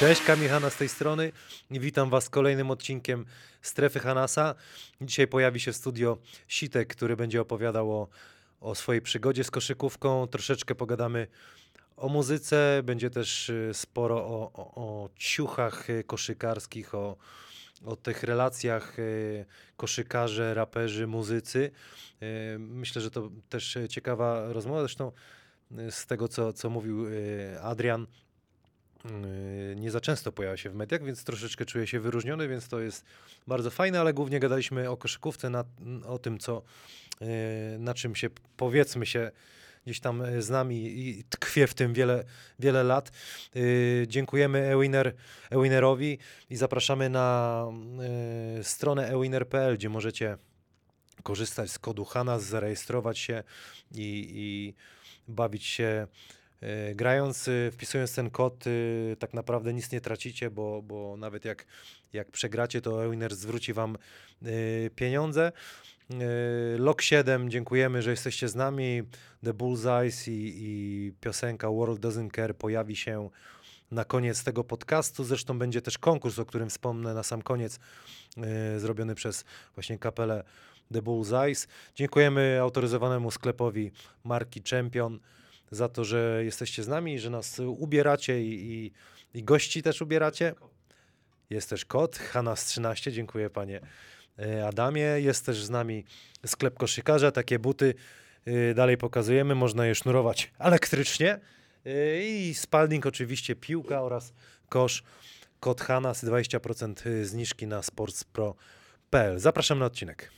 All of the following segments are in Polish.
Cześć, Kamil Hanas z tej strony i witam Was z kolejnym odcinkiem Strefy Hanasa. Dzisiaj pojawi się w studio Sitek, który będzie opowiadał o swojej przygodzie z koszykówką. Troszeczkę pogadamy o muzyce, będzie też sporo o ciuchach koszykarskich, o tych relacjach koszykarze, raperzy, muzycy. Myślę, że to też ciekawa rozmowa. Zresztą z tego, co mówił Adrian, nie za często pojawia się w mediach, więc troszeczkę czuję się wyróżniony, więc to jest bardzo fajne, ale głównie gadaliśmy o koszykówce, o tym, na czym się, powiedzmy się, gdzieś tam znam i tkwię w tym wiele lat. Dziękujemy eWinnerowi i zapraszamy na stronę ewinner.pl, gdzie możecie korzystać z kodu HANAS, zarejestrować się i bawić się grając, wpisując ten kod, tak naprawdę nic nie tracicie, bo nawet jak przegracie, to eWinner zwróci wam pieniądze. Lok 7, dziękujemy, że jesteście z nami. The Bullseyes i piosenka World Doesn't Care pojawi się na koniec tego podcastu. Zresztą będzie też konkurs, o którym wspomnę na sam koniec, zrobiony przez właśnie kapelę The Bullseyes. Dziękujemy autoryzowanemu sklepowi marki Champion za to, że jesteście z nami, że nas ubieracie i gości też ubieracie. Jest też kod HANAS13, dziękuję panie Adamie. Jest też z nami sklep koszykarza, takie buty dalej pokazujemy, można je sznurować elektrycznie. I spalding oczywiście, piłka oraz kosz, kod HANAS, 20% zniżki na sportspro.pl. Zapraszam na odcinek.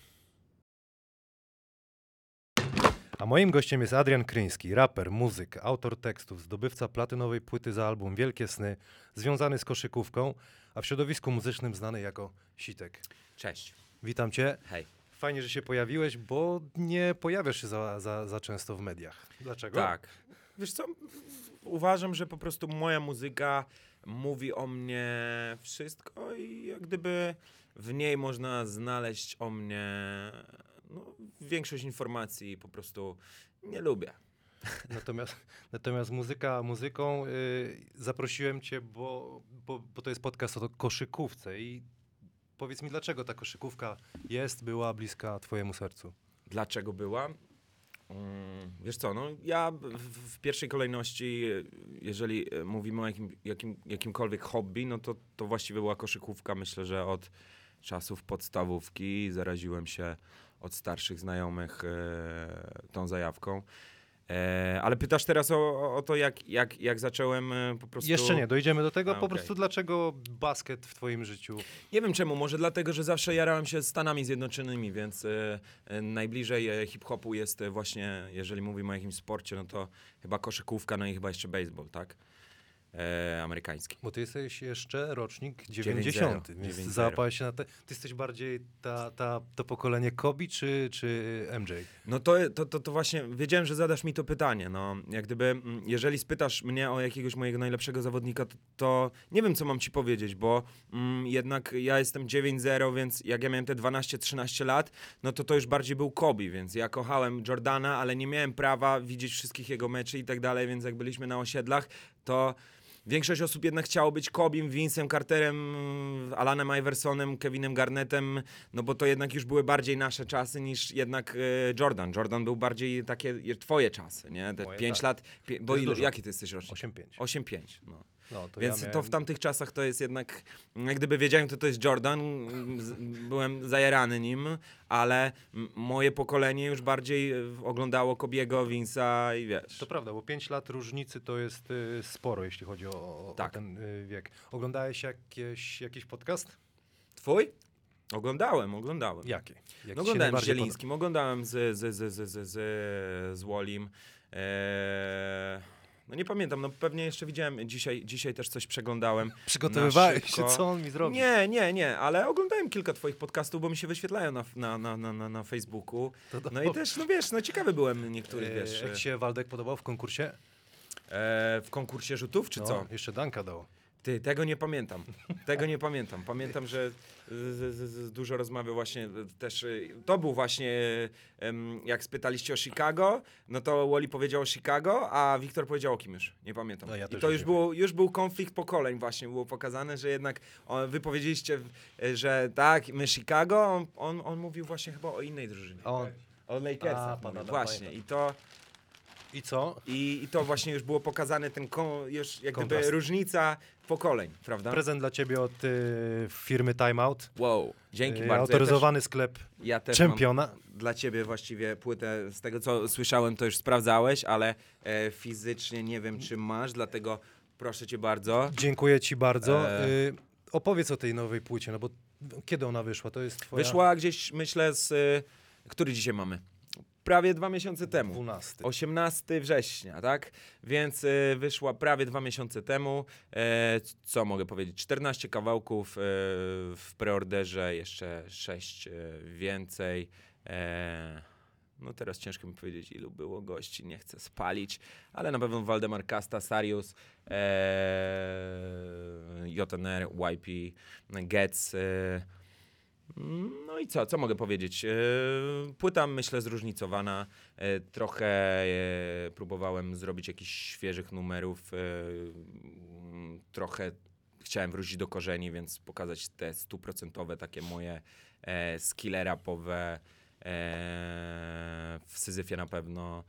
A moim gościem jest Adrian Kryński, raper, muzyk, autor tekstów, zdobywca platynowej płyty za album Wielkie Sny, związany z koszykówką, a w środowisku muzycznym znany jako Sitek. Cześć. Witam cię. Hej. Fajnie, że się pojawiłeś, bo nie pojawiasz się za często w mediach. Dlaczego? Tak. Wiesz co, uważam, że po prostu moja muzyka mówi o mnie wszystko i jak gdyby w niej można znaleźć o mnie większość informacji po prostu nie lubię. Natomiast muzyką zaprosiłem cię, bo to jest podcast o koszykówce i powiedz mi, dlaczego ta koszykówka była bliska twojemu sercu? Dlaczego była? Wiesz co, ja w pierwszej kolejności, jeżeli mówimy o jakimkolwiek hobby, to właściwie była koszykówka. Myślę, że od czasów podstawówki zaraziłem się od starszych znajomych tą zajawką. Ale pytasz teraz o to, jak zacząłem po prostu... Jeszcze nie, dojdziemy do tego. Po okej. prostu dlaczego basket w twoim życiu? Nie wiem czemu, może dlatego, że zawsze jarałem się Stanami Zjednoczonymi, więc najbliżej hip-hopu jest właśnie, jeżeli mówimy o jakimś sporcie, no to chyba koszykówka, no i chyba jeszcze baseball, tak? Amerykański. Bo ty jesteś jeszcze rocznik 90, więc załapałeś się na te... Ty jesteś bardziej to pokolenie Kobe czy MJ? No to właśnie, wiedziałem, że zadasz mi to pytanie, jak gdyby, jeżeli spytasz mnie o jakiegoś mojego najlepszego zawodnika, to nie wiem, co mam ci powiedzieć, bo jednak ja jestem 9-0, więc jak ja miałem te 12-13 lat, no to już bardziej był Kobe, więc ja kochałem Jordana, ale nie miałem prawa widzieć wszystkich jego meczy i tak dalej, więc jak byliśmy na osiedlach, to większość osób jednak chciało być Kobim, Vince'em Carterem, Alanem Iversonem, Kevinem Garnettem, no bo to jednak już były bardziej nasze czasy niż jednak Jordan. Jordan był bardziej takie twoje czasy, nie? Te 5 tak. lat, bo jaki ty jesteś rocznik? 8-5. 8-5, no. To Więc ja miałem... to w tamtych czasach to jest jednak, jak gdyby wiedziałem, to jest Jordan, byłem zajarany nim, ale moje pokolenie już bardziej oglądało Kobiego, Vince'a i wiesz. To prawda, bo 5 lat różnicy to jest sporo, jeśli chodzi o ten wiek. Oglądałeś jakiś podcast? Twój? Oglądałem. Jaki? Oglądałem z Zielińskim, oglądałem z Wolim. No nie pamiętam, pewnie jeszcze widziałem, dzisiaj też coś przeglądałem. Przygotowywałeś się, co on mi zrobił? Nie, ale oglądałem kilka twoich podcastów, bo mi się wyświetlają na Facebooku. No i też, wiesz, ciekawy byłem niektórych, wiesz. Jak ci się Waldek podobał w konkursie? W konkursie rzutów, czy co? Jeszcze Danka dał. Ty, tego nie pamiętam. Tego nie pamiętam. Pamiętam, że dużo rozmawiał właśnie też. To był właśnie, jak spytaliście o Chicago, no to Wally powiedział o Chicago, a Wiktor powiedział o kim już? Nie pamiętam. No, ja I też to już już był konflikt pokoleń właśnie. Było pokazane, że jednak wy powiedzieliście, że tak, my Chicago, on mówił właśnie chyba o innej drużynie. On. O Lakersach mówił, pamiętam, właśnie. pamiętam. I co? I to właśnie już było pokazane, już jak Kontrast. gdyby różnica pokoleń, prawda? Prezent dla ciebie od firmy Time Out. Wow, dzięki bardzo. Autoryzowany sklep Ja też czempiona. mam dla ciebie właściwie płytę, z tego co słyszałem, to już sprawdzałeś, ale fizycznie nie wiem, czy masz, dlatego proszę cię bardzo. Dziękuję ci bardzo. Opowiedz o tej nowej płycie, no bo kiedy ona wyszła? To jest twoja... Wyszła gdzieś, myślę, który dzisiaj mamy? Prawie 2 miesiące temu. 12. 18 września, tak? Więc wyszła prawie 2 miesiące temu. Co mogę powiedzieć? 14 kawałków w preorderze, jeszcze 6 więcej. No teraz ciężko mi powiedzieć, ilu było gości, nie chcę spalić, ale na pewno Waldemar Kasta, Sarius, JNR, YP, Getz. No i co mogę powiedzieć? Płyta, myślę, zróżnicowana. Trochę próbowałem zrobić jakichś świeżych numerów. Trochę chciałem wrócić do korzeni, więc pokazać te 100% takie moje skille rapowe. W Syzyfie na pewno.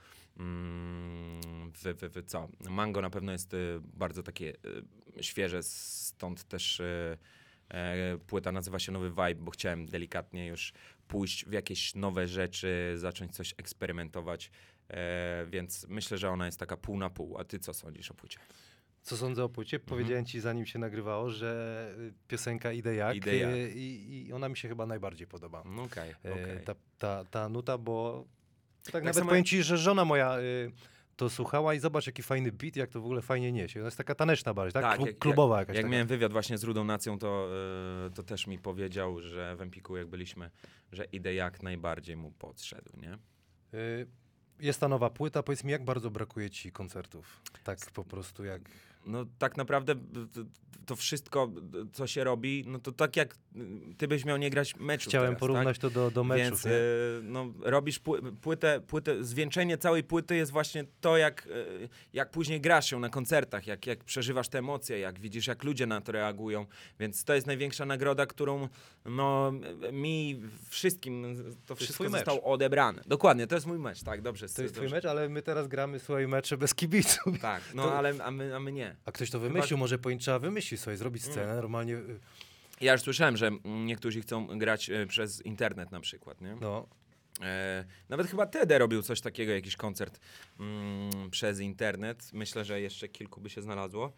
Co? Mango na pewno jest bardzo takie świeże, stąd też płyta nazywa się Nowy Vibe, bo chciałem delikatnie już pójść w jakieś nowe rzeczy, zacząć coś eksperymentować, więc myślę, że ona jest taka pół na pół. A ty co sądzisz o płycie? Co sądzę o płycie? Powiedziałem ci, zanim się nagrywało, że piosenka Idę jak, Idę jak. I ona mi się chyba najbardziej podoba. No okej. Ta nuta, bo tak nawet samo powiem ci, że żona moja to słuchała i zobacz jaki fajny beat, jak to w ogóle fajnie niesie. Ona jest taka taneczna bardziej, tak? Klubowa jakaś Jak taka. miałem wywiad właśnie z Rudą Nacją, to też mi powiedział, że w Empiku jak byliśmy, że Idę jak najbardziej mu podszedł, nie? Jest ta nowa płyta, powiedz mi, jak bardzo brakuje ci koncertów? Tak po prostu jak... No tak naprawdę to wszystko, co się robi, no to tak jak ty byś miał nie grać meczu Chciałem teraz, porównać tak? to do meczów, Więc nie? no, robisz płytę, zwieńczenie całej płyty jest właśnie to, jak później grasz ją na koncertach, jak przeżywasz te emocje, jak widzisz, jak ludzie na to reagują. Więc to jest największa nagroda, którą no, mi wszystkim, to wszystko zostało odebrane. Dokładnie, to jest mój mecz, tak, dobrze. To jest twój mecz, ale my teraz gramy swoje mecze bez kibiców. Tak, no To... ale a my nie. A ktoś to wymyślił, może trzeba wymyślić sobie, zrobić scenę normalnie. Ja już słyszałem, że niektórzy chcą grać przez internet na przykład, nie? No. Nawet chyba Tede robił coś takiego, jakiś koncert przez internet. Myślę, że jeszcze kilku by się znalazło,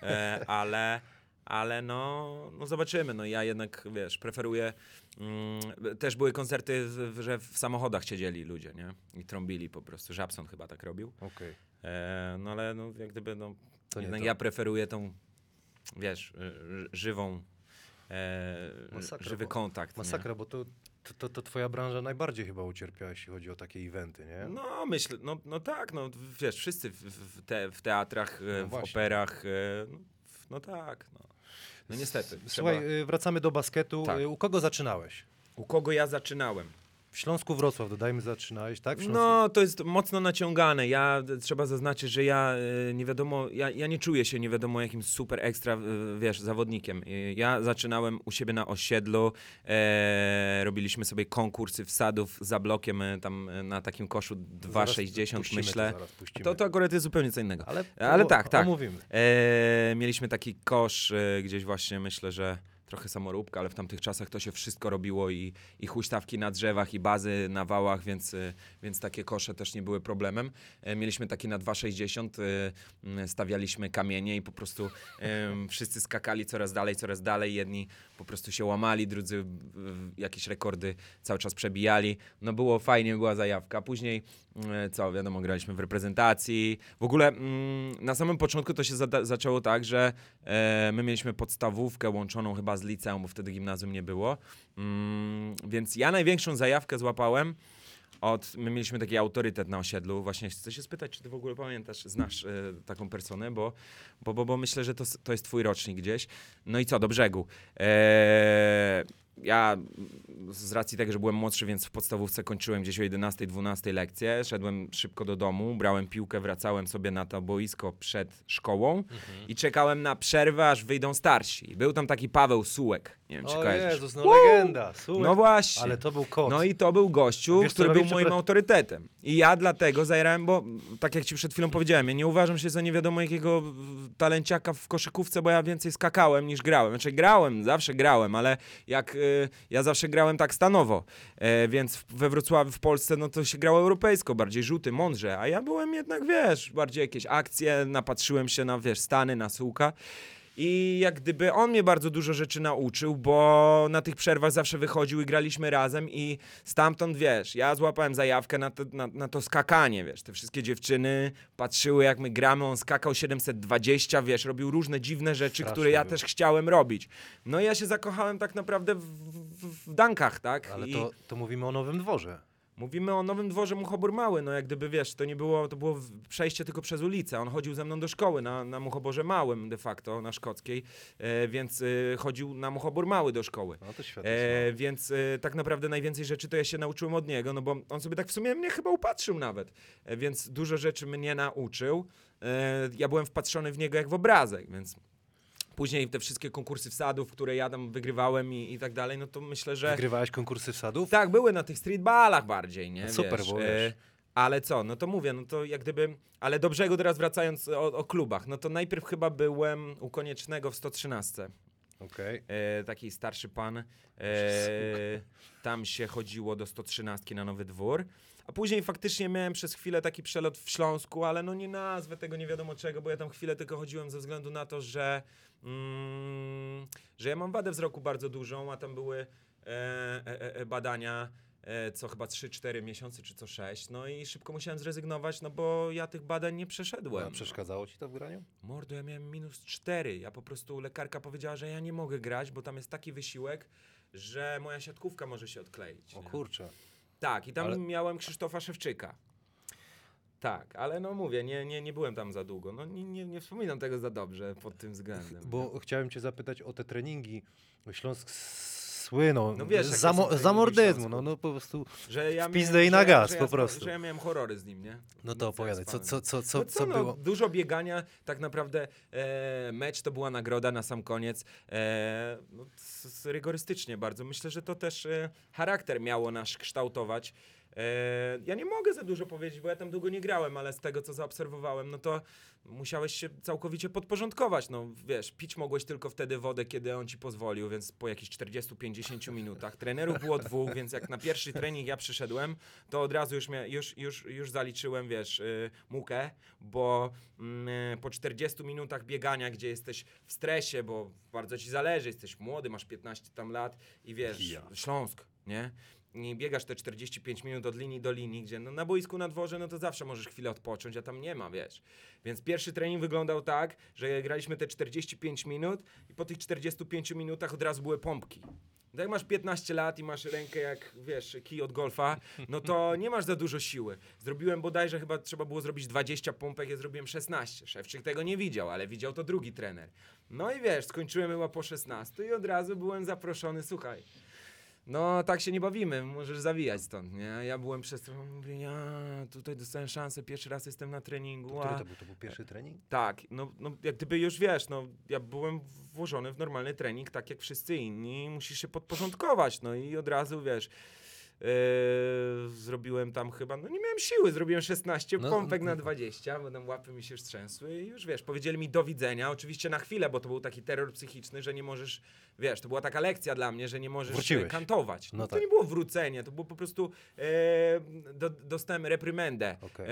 ale no zobaczymy. No ja jednak, wiesz, preferuję... też były koncerty, że w samochodach siedzieli ludzie, nie? I trąbili po prostu. Żabson chyba tak robił. Okej. No ale no, jak gdyby, no... To nie jednak to. ja preferuję tą, wiesz, żywą... Masakra, żywy kontakt. Masakra, Nie? bo to twoja branża najbardziej chyba ucierpiała, jeśli chodzi o takie eventy, nie? No myślę, no tak, no wiesz, wszyscy w teatrach, w właśnie. operach, no tak, no. No niestety. Słuchaj, wracamy do basketu. Tak. U kogo zaczynałeś? U kogo ja zaczynałem? W Śląsku Wrocław, dodajmy, zaczynałeś, tak? W Śląsku... No, to jest mocno naciągane. Trzeba zaznaczyć, że ja nie wiadomo, ja nie czuję się nie wiadomo jakim super ekstra, wiesz, zawodnikiem. Ja zaczynałem u siebie na osiedlu, robiliśmy sobie konkursy wsadów za blokiem, tam na takim koszu 2,60 myślę. To akurat jest zupełnie co innego. Ale tak. Omówimy. Mieliśmy taki kosz gdzieś właśnie, myślę, że trochę samoróbka, ale w tamtych czasach to się wszystko robiło i huśtawki na drzewach i bazy na wałach, więc takie kosze też nie były problemem. Mieliśmy takie na 2,60, stawialiśmy kamienie i po prostu wszyscy skakali coraz dalej, jedni po prostu się łamali, drudzy jakieś rekordy cały czas przebijali. No było fajnie, była zajawka. Później, co wiadomo, graliśmy w reprezentacji. W ogóle na samym początku to się zaczęło tak, że my mieliśmy podstawówkę łączoną chyba z liceum, bo wtedy gimnazjum nie było. Więc ja największą zajawkę złapałem My mieliśmy taki autorytet na osiedlu. Właśnie chcę się spytać, czy ty w ogóle pamiętasz, znasz taką personę, bo myślę, że to jest twój rocznik gdzieś. No i co, do brzegu. Ja z racji tego, że byłem młodszy, więc w podstawówce kończyłem gdzieś o 11-12 lekcje. Szedłem szybko do domu, brałem piłkę, wracałem sobie na to boisko przed szkołą i czekałem na przerwę, aż wyjdą starsi. Był tam taki Paweł Sułek. Nie wiem, czy O kojarzysz. Jezus, no legenda. Słuchaj. No właśnie. Ale to był kot. No i to był gościu, Wiesz, co który robię, był moim autorytetem. I ja dlatego zajrałem, bo tak jak ci przed chwilą powiedziałem, ja nie uważam się za nie wiadomo jakiego talenciaka w koszykówce, bo ja więcej skakałem niż grałem. Znaczy zawsze grałem, ale ja zawsze grałem tak stanowo. Więc we Wrocławiu, w Polsce, no to się grało europejsko, bardziej rzuty, mądrze. A ja byłem jednak, wiesz, bardziej jakieś akcje, napatrzyłem się na, wiesz, Stany, na Sułka. I jak gdyby on mnie bardzo dużo rzeczy nauczył, bo na tych przerwach zawsze wychodził i graliśmy razem i stamtąd, wiesz, ja złapałem zajawkę na to skakanie, wiesz, te wszystkie dziewczyny patrzyły jak my gramy, on skakał 720, wiesz, robił różne dziwne rzeczy, Straszne które ja było. też chciałem robić. No i ja się zakochałem tak naprawdę w dankach, tak? Ale I to mówimy o Nowym Dworze. mówimy o Nowym Dworze Muchobór Mały, no jak gdyby, wiesz, to było przejście tylko przez ulicę. On chodził ze mną do szkoły na Muchoborze Małym de facto, na Szkockiej, więc chodził na Muchobór Mały do szkoły. No to świetnie. Więc tak naprawdę najwięcej rzeczy to ja się nauczyłem od niego, no bo on sobie tak w sumie mnie chyba upatrzył nawet, więc dużo rzeczy mnie nauczył. Ja byłem wpatrzony w niego jak w obrazek, więc później te wszystkie konkursy wsadów, które ja tam wygrywałem i tak dalej, no to myślę, że... Wygrywałeś konkursy wsadów? Tak, były na tych streetballach bardziej, nie? No super, wiesz, bo wiesz. ale co, no to mówię, no to jak gdyby... Ale do brzegu teraz wracając o klubach, no to najpierw chyba byłem u Koniecznego w 113. Okej. Taki starszy pan. Tam się chodziło do 113 na Nowy Dwór. A później faktycznie miałem przez chwilę taki przelot w Śląsku, ale no nie nazwę tego nie wiadomo czego, bo ja tam chwilę tylko chodziłem ze względu na to, że ja mam wadę wzroku bardzo dużą, a tam były badania co chyba 3-4 miesiące, czy co 6. No i szybko musiałem zrezygnować, no bo ja tych badań nie przeszedłem. A przeszkadzało ci to w graniu? Mordo, ja miałem -4. Ja po prostu, lekarka powiedziała, że ja nie mogę grać, bo tam jest taki wysiłek, że moja siatkówka może się odkleić. O nie? kurczę. Tak, i tam Ale- miałem Krzysztofa Szewczyka. Tak, ale no mówię, nie byłem tam za długo. No nie wspominam tego za dobrze pod tym względem. Bo chciałem cię zapytać o te treningi. Śląsk słynął No wiesz, jakie za, są treningi za w mordyzmu. Śląsku. No po prostu Że ja w pizdę miałem- i na że ja- gaz, że po ja prostu. Że ja miałem horrory z nim, nie? No to opowiadaj, co No co no, było? Dużo biegania, tak naprawdę mecz to była nagroda na sam koniec. No, rygorystycznie bardzo. Myślę, że to też charakter miało nasz kształtować. Ja nie mogę za dużo powiedzieć, bo ja tam długo nie grałem, ale z tego, co zaobserwowałem, no to musiałeś się całkowicie podporządkować. No wiesz, pić mogłeś tylko wtedy wodę, kiedy on ci pozwolił, więc po jakichś 40-50 minutach. Trenerów było 2, więc jak na pierwszy trening ja przyszedłem, to od razu już zaliczyłem, wiesz, mukę, bo po 40 minutach biegania, gdzie jesteś w stresie, bo bardzo ci zależy, jesteś młody, masz 15 tam lat i wiesz, Ja. Śląsk, nie? I biegasz te 45 minut od linii do linii, gdzie no, na boisku na dworze, no to zawsze możesz chwilę odpocząć, a tam nie ma, wiesz. Więc pierwszy trening wyglądał tak, że graliśmy te 45 minut i po tych 45 minutach od razu były pompki. No jak masz 15 lat i masz rękę jak, wiesz, kij od golfa, no to nie masz za dużo siły. Zrobiłem bodajże, chyba trzeba było zrobić 20 pompek, ja zrobiłem 16. Szewczyk tego nie widział, ale widział to drugi trener. No i wiesz, skończyłem chyba po 16 i od razu byłem zaproszony, słuchaj. No, tak się nie bawimy, możesz zawijać stąd, nie? Ja byłem przez to, mówię, ja tutaj dostałem szansę, pierwszy raz jestem na treningu, Który a... to był? To był pierwszy trening? Tak, no jak gdyby już wiesz, no ja byłem włożony w normalny trening, tak jak wszyscy inni, musisz się podporządkować, no i od razu, wiesz, zrobiłem tam chyba, no nie miałem siły, zrobiłem 16 No, pompek na 20, bo tam łapy mi się strzęsły i już wiesz, powiedzieli mi do widzenia, oczywiście na chwilę, bo to był taki terror psychiczny, że nie możesz, wiesz, to była taka lekcja dla mnie, że nie możesz Wróciłeś. kantować. No To tak. nie było wrócenie, to było po prostu, dostałem reprymendę Okej.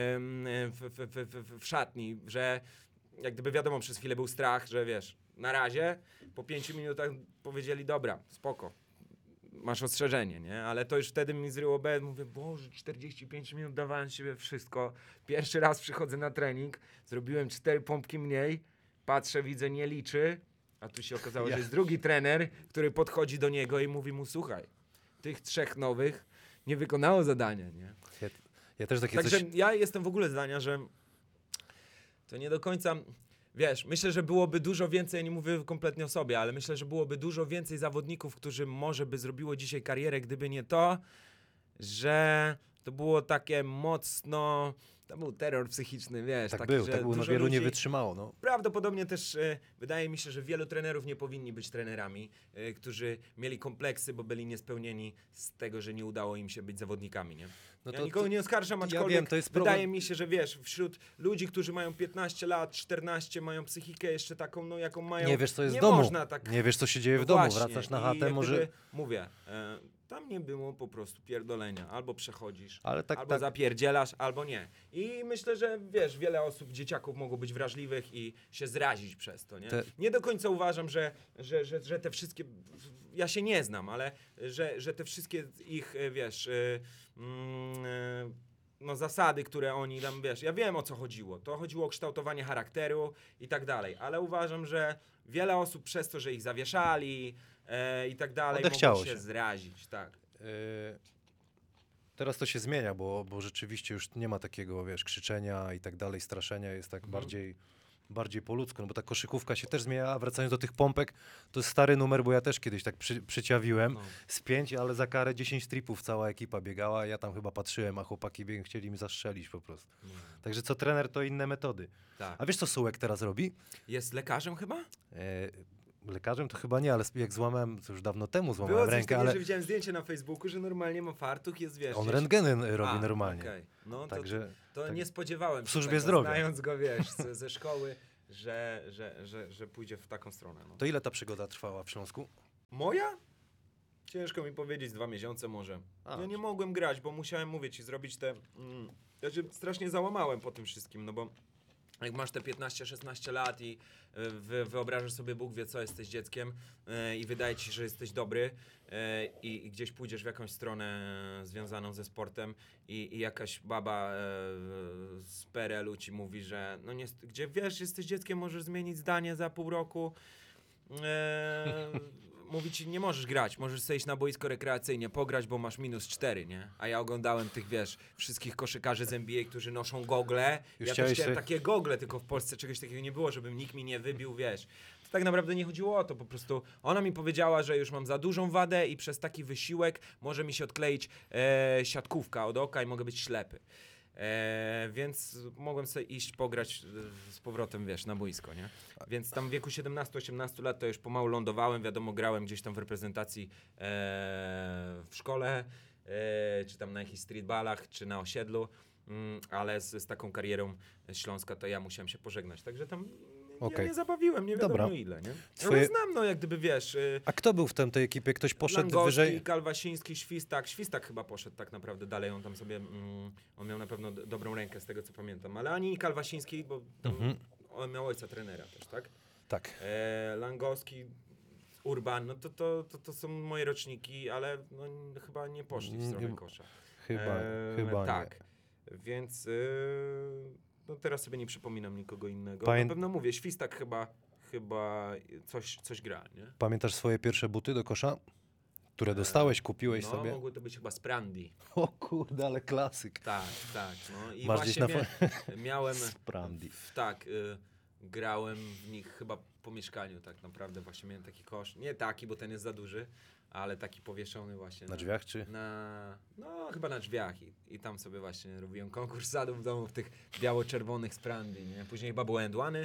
w szatni, że jak gdyby wiadomo, przez chwilę był strach, że wiesz, na razie, po 5 minutach powiedzieli, dobra, spoko, masz ostrzeżenie, nie? Ale to już wtedy mi zryło B, mówię, Boże, 45 minut dawałem z siebie wszystko. Pierwszy raz przychodzę na trening, zrobiłem 4 pompki mniej, patrzę, widzę, nie liczy, a tu się okazało, że jest drugi trener, który podchodzi do niego i mówi mu, słuchaj, tych 3 nowych nie wykonało zadania, nie? Ja też takie Także coś... ja jestem w ogóle zdania, że to nie do końca, wiesz, myślę, że byłoby dużo więcej, ja nie mówię kompletnie o sobie, ale myślę, że byłoby dużo więcej zawodników, którzy może by zrobiło dzisiaj karierę, gdyby nie to, że to było takie mocno, to był terror psychiczny, wiesz. Tak taki, był, że tak było, no dużo wielu nie ludzi- wytrzymało, no. Prawdopodobnie też wydaje mi się, że wielu trenerów nie powinni być trenerami, którzy mieli kompleksy, bo byli niespełnieni z tego, że nie udało im się być zawodnikami, nie? No Ja to- nikogo nie oskarżam, ja aczkolwiek wiem, to jest wydaje problem- mi się, że wiesz, wśród ludzi, którzy mają 15 lat, 14, mają psychikę jeszcze taką, no jaką mają. Nie wiesz, co jest w nie domu. Można tak. Nie wiesz, co się dzieje w No domu. właśnie. Wracasz na I chatę, jak może... gdyby, mówię, tam nie było po prostu pierdolenia. Albo przechodzisz, Ale tak, albo tak. zapierdzielasz, albo nie. I myślę, że wiesz, wiele osób, dzieciaków mogło być wrażliwych i się zrazić przez to, nie? Te- Nie do końca uważam, że te wszystkie, ja się nie znam, ale że te wszystkie ich, wiesz, no zasady, które oni tam, wiesz, ja wiem o co chodziło. To chodziło o kształtowanie charakteru i tak dalej, ale uważam, że wiele osób przez to, że ich zawieszali i tak dalej, Odechciało mogło się się. zrazić, tak. Teraz to się zmienia, bo rzeczywiście już nie ma takiego, wiesz, krzyczenia i tak dalej, straszenia, jest tak bardziej po ludzku, no bo ta koszykówka się też zmienia, a wracając do tych pompek, to jest stary numer, bo ja też kiedyś tak przyciawiłem No. z 5, ale za karę 10 tripów cała ekipa biegała, ja tam chyba patrzyłem, a chłopaki chcieli mi zastrzelić po prostu. Także co trener, to inne metody. Tak. A wiesz, co Sułek teraz robi? Jest lekarzem chyba? Lekarzem to chyba nie, ale jak złamałem, to już dawno temu Było złamałem coś rękę, takiego, ale że widziałem zdjęcie na Facebooku, że normalnie ma fartuch, jest, wiesz... on gdzieś- rentgeny robi A, normalnie. okej. No Także to tak. nie spodziewałem W się służbie tego, zdrowia. znając go, wiesz, ze szkoły, że pójdzie w taką stronę. No. To ile ta przygoda trwała w Śląsku? Moja? Ciężko mi powiedzieć, 2 miesiące może. A, Ja nie mogłem grać, bo musiałem, mówię ci, zrobić te... Ja się strasznie załamałem po tym wszystkim, no bo jak masz te 15-16 lat i wyobrażasz sobie, Bóg wie co, jesteś dzieckiem i wydaje ci się, że jesteś dobry i gdzieś pójdziesz w jakąś stronę związaną ze sportem i jakaś baba z PRL-u ci mówi, że no nie, gdzie wiesz, jesteś dzieckiem, możesz zmienić zdanie za pół roku. Mówi ci, nie możesz grać, możesz sobie iść na boisko rekreacyjnie, pograć, bo masz -4, nie? A ja oglądałem tych, wiesz, wszystkich koszykarzy z NBA, którzy noszą gogle. Już Ja chciałeś też chciałem sobie- takie gogle, tylko w Polsce czegoś takiego nie było, żeby nikt mi nie wybił, wiesz. To tak naprawdę nie chodziło o to, po prostu ona mi powiedziała, że już mam za dużą wadę i przez taki wysiłek może mi się odkleić siatkówka od oka i mogę być ślepy. Więc mogłem sobie iść pograć z powrotem, wiesz, na boisko, nie? Więc tam w wieku 17-18 lat to już pomału lądowałem, wiadomo, grałem gdzieś tam w reprezentacji w szkole, czy tam na jakichś streetballach, czy na osiedlu, ale z taką karierą z Śląska to ja musiałem się pożegnać, także tam ja Okej. nie zabawiłem, nie wiadomo Dobra. ile, nie? Swoje- Ale znam, no jak gdyby, wiesz... A kto był w tej ekipie? Ktoś poszedł Langowski, wyżej? Kalwasiński, Świstak. Świstak chyba poszedł tak naprawdę dalej, on tam sobie, on miał na pewno dobrą rękę z tego co pamiętam, ale ani Kalwasiński, bo tam on miał ojca trenera też, tak? Tak. Langowski, Urban, no to są moje roczniki, ale no, chyba nie poszli w stronę kosza. Chyba tak. Więc no teraz sobie nie przypominam nikogo innego. Pamię- Na pewno mówię, Świstak chyba coś gra, nie? nie. Pamiętasz swoje pierwsze buty do kosza? Które dostałeś, kupiłeś No, sobie? mogły to być chyba Sprandi. O kurde, ale klasyk. Tak. No. I Masz gdzieś na miałem... Sprandi. Tak, grałem w nich chyba po mieszkaniu tak naprawdę. Właśnie miałem taki kosz. Nie taki, bo ten jest za duży, ale taki powieszony właśnie. Na drzwiach czy? No, chyba na drzwiach. I tam sobie właśnie robiłem konkurs sadów w domu w tych biało-czerwonych Sprandi. Nie? Później chyba były Endłany.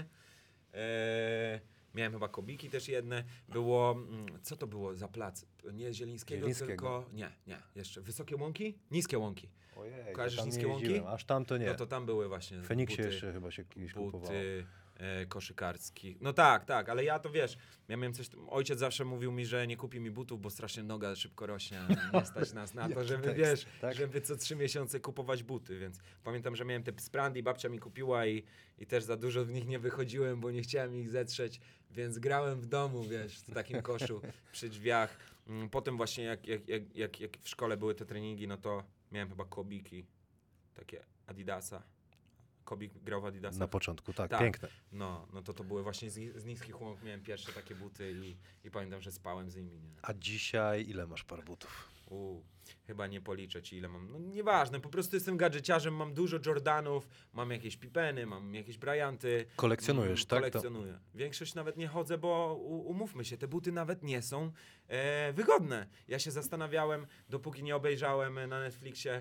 Miałem chyba Kobiki też jedne. Było, co to było za plac? Nie Zielińskiego, Zielińskiego. tylko... Nie, jeszcze. Wysokie Łąki? Niskie Łąki. Ojej, Kojarzysz tam nie niskie łąki? jeździłem, aż tam to nie. No to tam były właśnie W Feniksie buty, jeszcze chyba się kiedyś kupowało. buty koszykarski. No tak, ale ja to wiesz, ja miałem coś, ojciec zawsze mówił mi, że nie kupi mi butów, bo strasznie noga szybko rośnie, a nie stać nas na to, Jaki żeby tekst, wiesz, tak? żeby co 3 miesiące kupować buty, więc pamiętam, że miałem te Sprandi, babcia mi kupiła i też za dużo w nich nie wychodziłem, bo nie chciałem ich zetrzeć, więc grałem w domu, wiesz, w takim koszu przy drzwiach. Potem właśnie jak w szkole były te treningi, no to miałem chyba Kobiki, takie Adidasa. Kobik grał w Adidasach. Na początku, tak, Tak. piękne. No to były właśnie z niskich łąk miałem pierwsze takie buty i pamiętam, że spałem z nimi, nie? A dzisiaj ile masz par butów? Chyba nie policzę ci ile mam. No nieważne, po prostu jestem gadżeciarzem, mam dużo Jordanów, mam jakieś Pippeny, mam jakieś Bryanty. Kolekcjonujesz, tak? Kolekcjonuję. Większość nawet nie chodzę, bo umówmy się, te buty nawet nie są wygodne. Ja się zastanawiałem, dopóki nie obejrzałem na Netflixie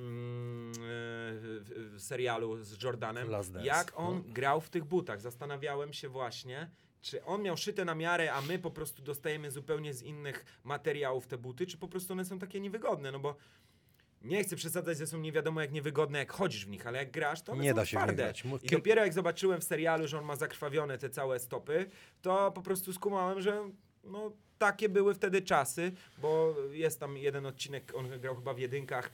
serialu z Jordanem, Last Dance. jak on grał w tych butach. Zastanawiałem się właśnie, czy on miał szyte na miarę, a my po prostu dostajemy zupełnie z innych materiałów te buty, czy po prostu one są takie niewygodne, no bo nie chcę przesadzać, że są nie wiadomo jak niewygodne, jak chodzisz w nich, ale jak grasz, to one Nie są da się w nich twarde. grać. I dopiero jak zobaczyłem w serialu, że on ma zakrwawione te całe stopy, to po prostu skumałem, że no takie były wtedy czasy, bo jest tam jeden odcinek, on grał chyba w jedynkach,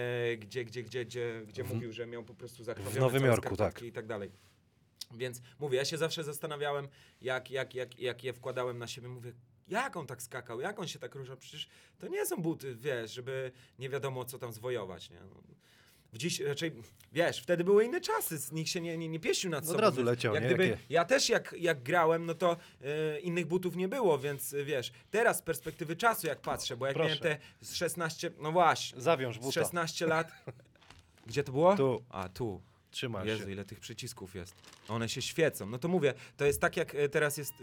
gdzie mówił, że miał po prostu zakrwawione w Nowym całe Jorku, skarpetki tak. i tak dalej. Więc mówię, ja się zawsze zastanawiałem, jak je wkładałem na siebie, mówię, jak on tak skakał, jak on się tak ruszał, przecież to nie są buty, wiesz, żeby nie wiadomo co tam zwojować, nie? No, dziś raczej, wiesz, wtedy były inne czasy, nikt się nie pieścił nad sobą. Od razu więc leciał, jak nie? gdyby, Jakie- ja też jak grałem, no to innych butów nie było, więc wiesz, teraz z perspektywy czasu jak patrzę, bo jak Proszę. miałem te z 16, no właśnie, Zawiąż z buta. 16 lat, gdzie to było? Tu. A, tu. Trzymasz Jezu, się. ile tych przycisków jest. One się świecą. No to mówię, to jest tak jak teraz jest...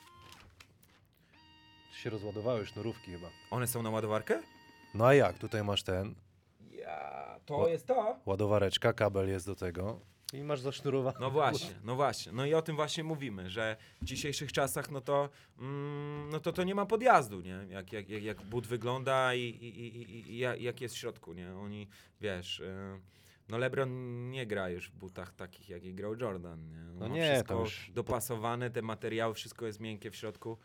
Się rozładowały sznurówki chyba. One są na ładowarkę? No a jak? Tutaj masz ten, To jest to? ładowareczka, kabel jest do tego i masz zasznurowane. No właśnie, no właśnie. No i o tym właśnie mówimy, że w dzisiejszych czasach to nie ma podjazdu, nie? Jak but wygląda i jak jest w środku, nie? Oni, wiesz... No LeBron nie gra już w butach takich, jak grał Jordan, nie? No Ma nie, wszystko to już... dopasowane, te materiały, wszystko jest miękkie w środku.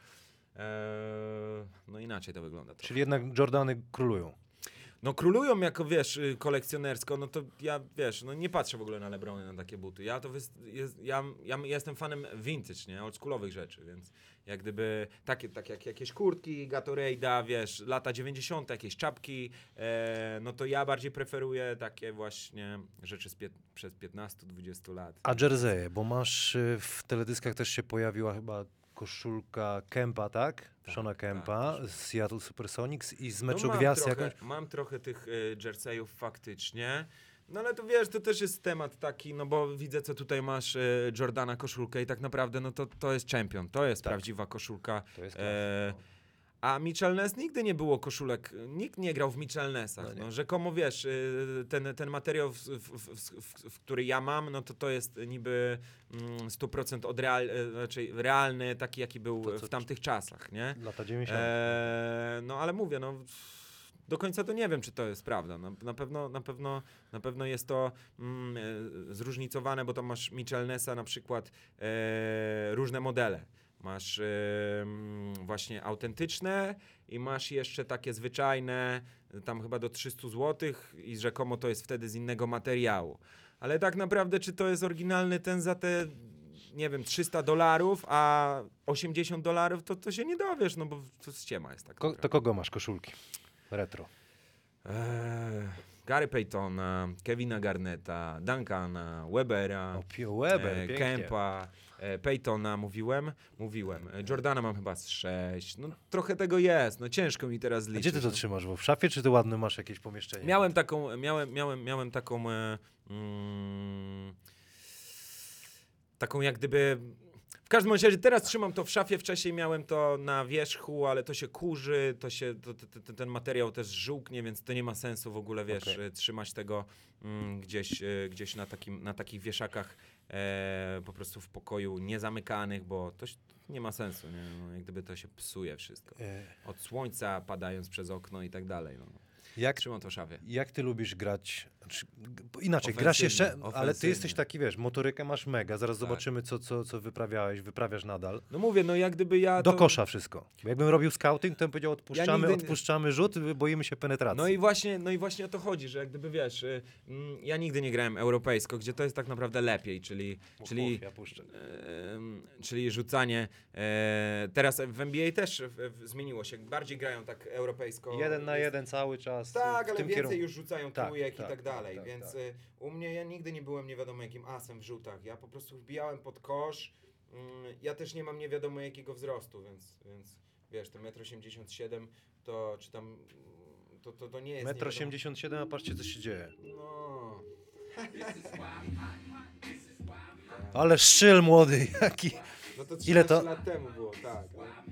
No inaczej to wygląda. Czyli jednak Jordany królują. No królują jako, wiesz, kolekcjonersko, no to ja, wiesz, no nie patrzę w ogóle na LeBrony, na takie buty. Ja ja jestem fanem vintage, nie, oldschoolowych rzeczy, więc jak gdyby tak jak jakieś kurtki Gatorade'a, wiesz, lata 90., jakieś czapki, no to ja bardziej preferuję takie właśnie rzeczy przez 15-20 lat. A jerseye, bo masz w teledyskach też się pojawiła chyba koszulka Kempa, tak? Shona Kempa tak. z Seattle Supersonics i z meczu mam gwiazd trochę, jakąś. Mam trochę tych jerseyów faktycznie. No ale to wiesz, to też jest temat taki, no bo widzę, co tutaj masz Jordana koszulkę i tak naprawdę no to jest champion, to jest prawdziwa koszulka. To jest A Mitchell Ness nigdy nie było koszulek, nikt nie grał w Mitchell Nessach. No nie. No, rzekomo wiesz, ten materiał, który ja mam, no to jest niby 100% raczej realny, taki jaki był To co- w tamtych czasach, nie? Lata 90. No ale mówię, no do końca to nie wiem, czy to jest prawda. Na pewno jest to zróżnicowane, bo tam masz Mitchell Nessa na przykład różne modele. Masz właśnie autentyczne i masz jeszcze takie zwyczajne, tam chyba do 300 zł i rzekomo to jest wtedy z innego materiału. Ale tak naprawdę, czy to jest oryginalny ten za te, nie wiem, $300, a $80, to się nie dowiesz, no bo to ściema jest tak To naprawdę. kogo masz koszulki? Retro. Gary Paytona, Kevina Garnetta, Duncana, Webera, Weber, pięknie. Kempa, Paytona mówiłem. Jordana mam chyba z 6. No trochę tego jest, no ciężko mi teraz A liczyć. gdzie ty to no. trzymasz? Bo w szafie, czy ty ładne masz jakieś pomieszczenie? Miałem taką taką jak gdyby... W każdym razie teraz trzymam to w szafie, wcześniej miałem to na wierzchu, ale to się kurzy, ten materiał też żółknie, więc to nie ma sensu w ogóle, wiesz, Okej. trzymać tego gdzieś na takich wieszakach po prostu w pokoju niezamykanych, bo to nie ma sensu, nie? No, jak gdyby to się psuje wszystko. Od słońca padając przez okno i tak dalej. No. Jak, Trzymam to w szafie. jak ty lubisz grać? Inaczej, grasz jeszcze, ale ty Ofensywnie. jesteś taki, wiesz, motorykę masz mega, zaraz Tak. zobaczymy, co wyprawiasz nadal. No mówię, no jak gdyby ja Do to... kosza wszystko. Bo jakbym robił scouting, to bym powiedział, nigdy- odpuszczamy rzut, boimy się penetracji. No i właśnie o to chodzi, że jak gdyby wiesz, ja nigdy nie grałem europejsko, gdzie to jest tak naprawdę lepiej, Ja puszczę. czyli rzucanie. Teraz w NBA też zmieniło się, bardziej grają tak europejsko. 1 na 1 cały czas. Tak, w ale tym więcej kierunku. już rzucają Tak, trójek tak, i tak dalej, tak, więc tak. u mnie ja nigdy nie byłem nie wiadomo jakim asem w rzutach, ja po prostu wbijałem pod kosz, ja też nie mam nie wiadomo jakiego wzrostu, więc wiesz, ten 1,87 m to czy tam to nie jest... 1,87 m, a patrzcie co się dzieje. No... Ale szczyl młody, jaki. No to 13 Ile to? lat temu było, tak.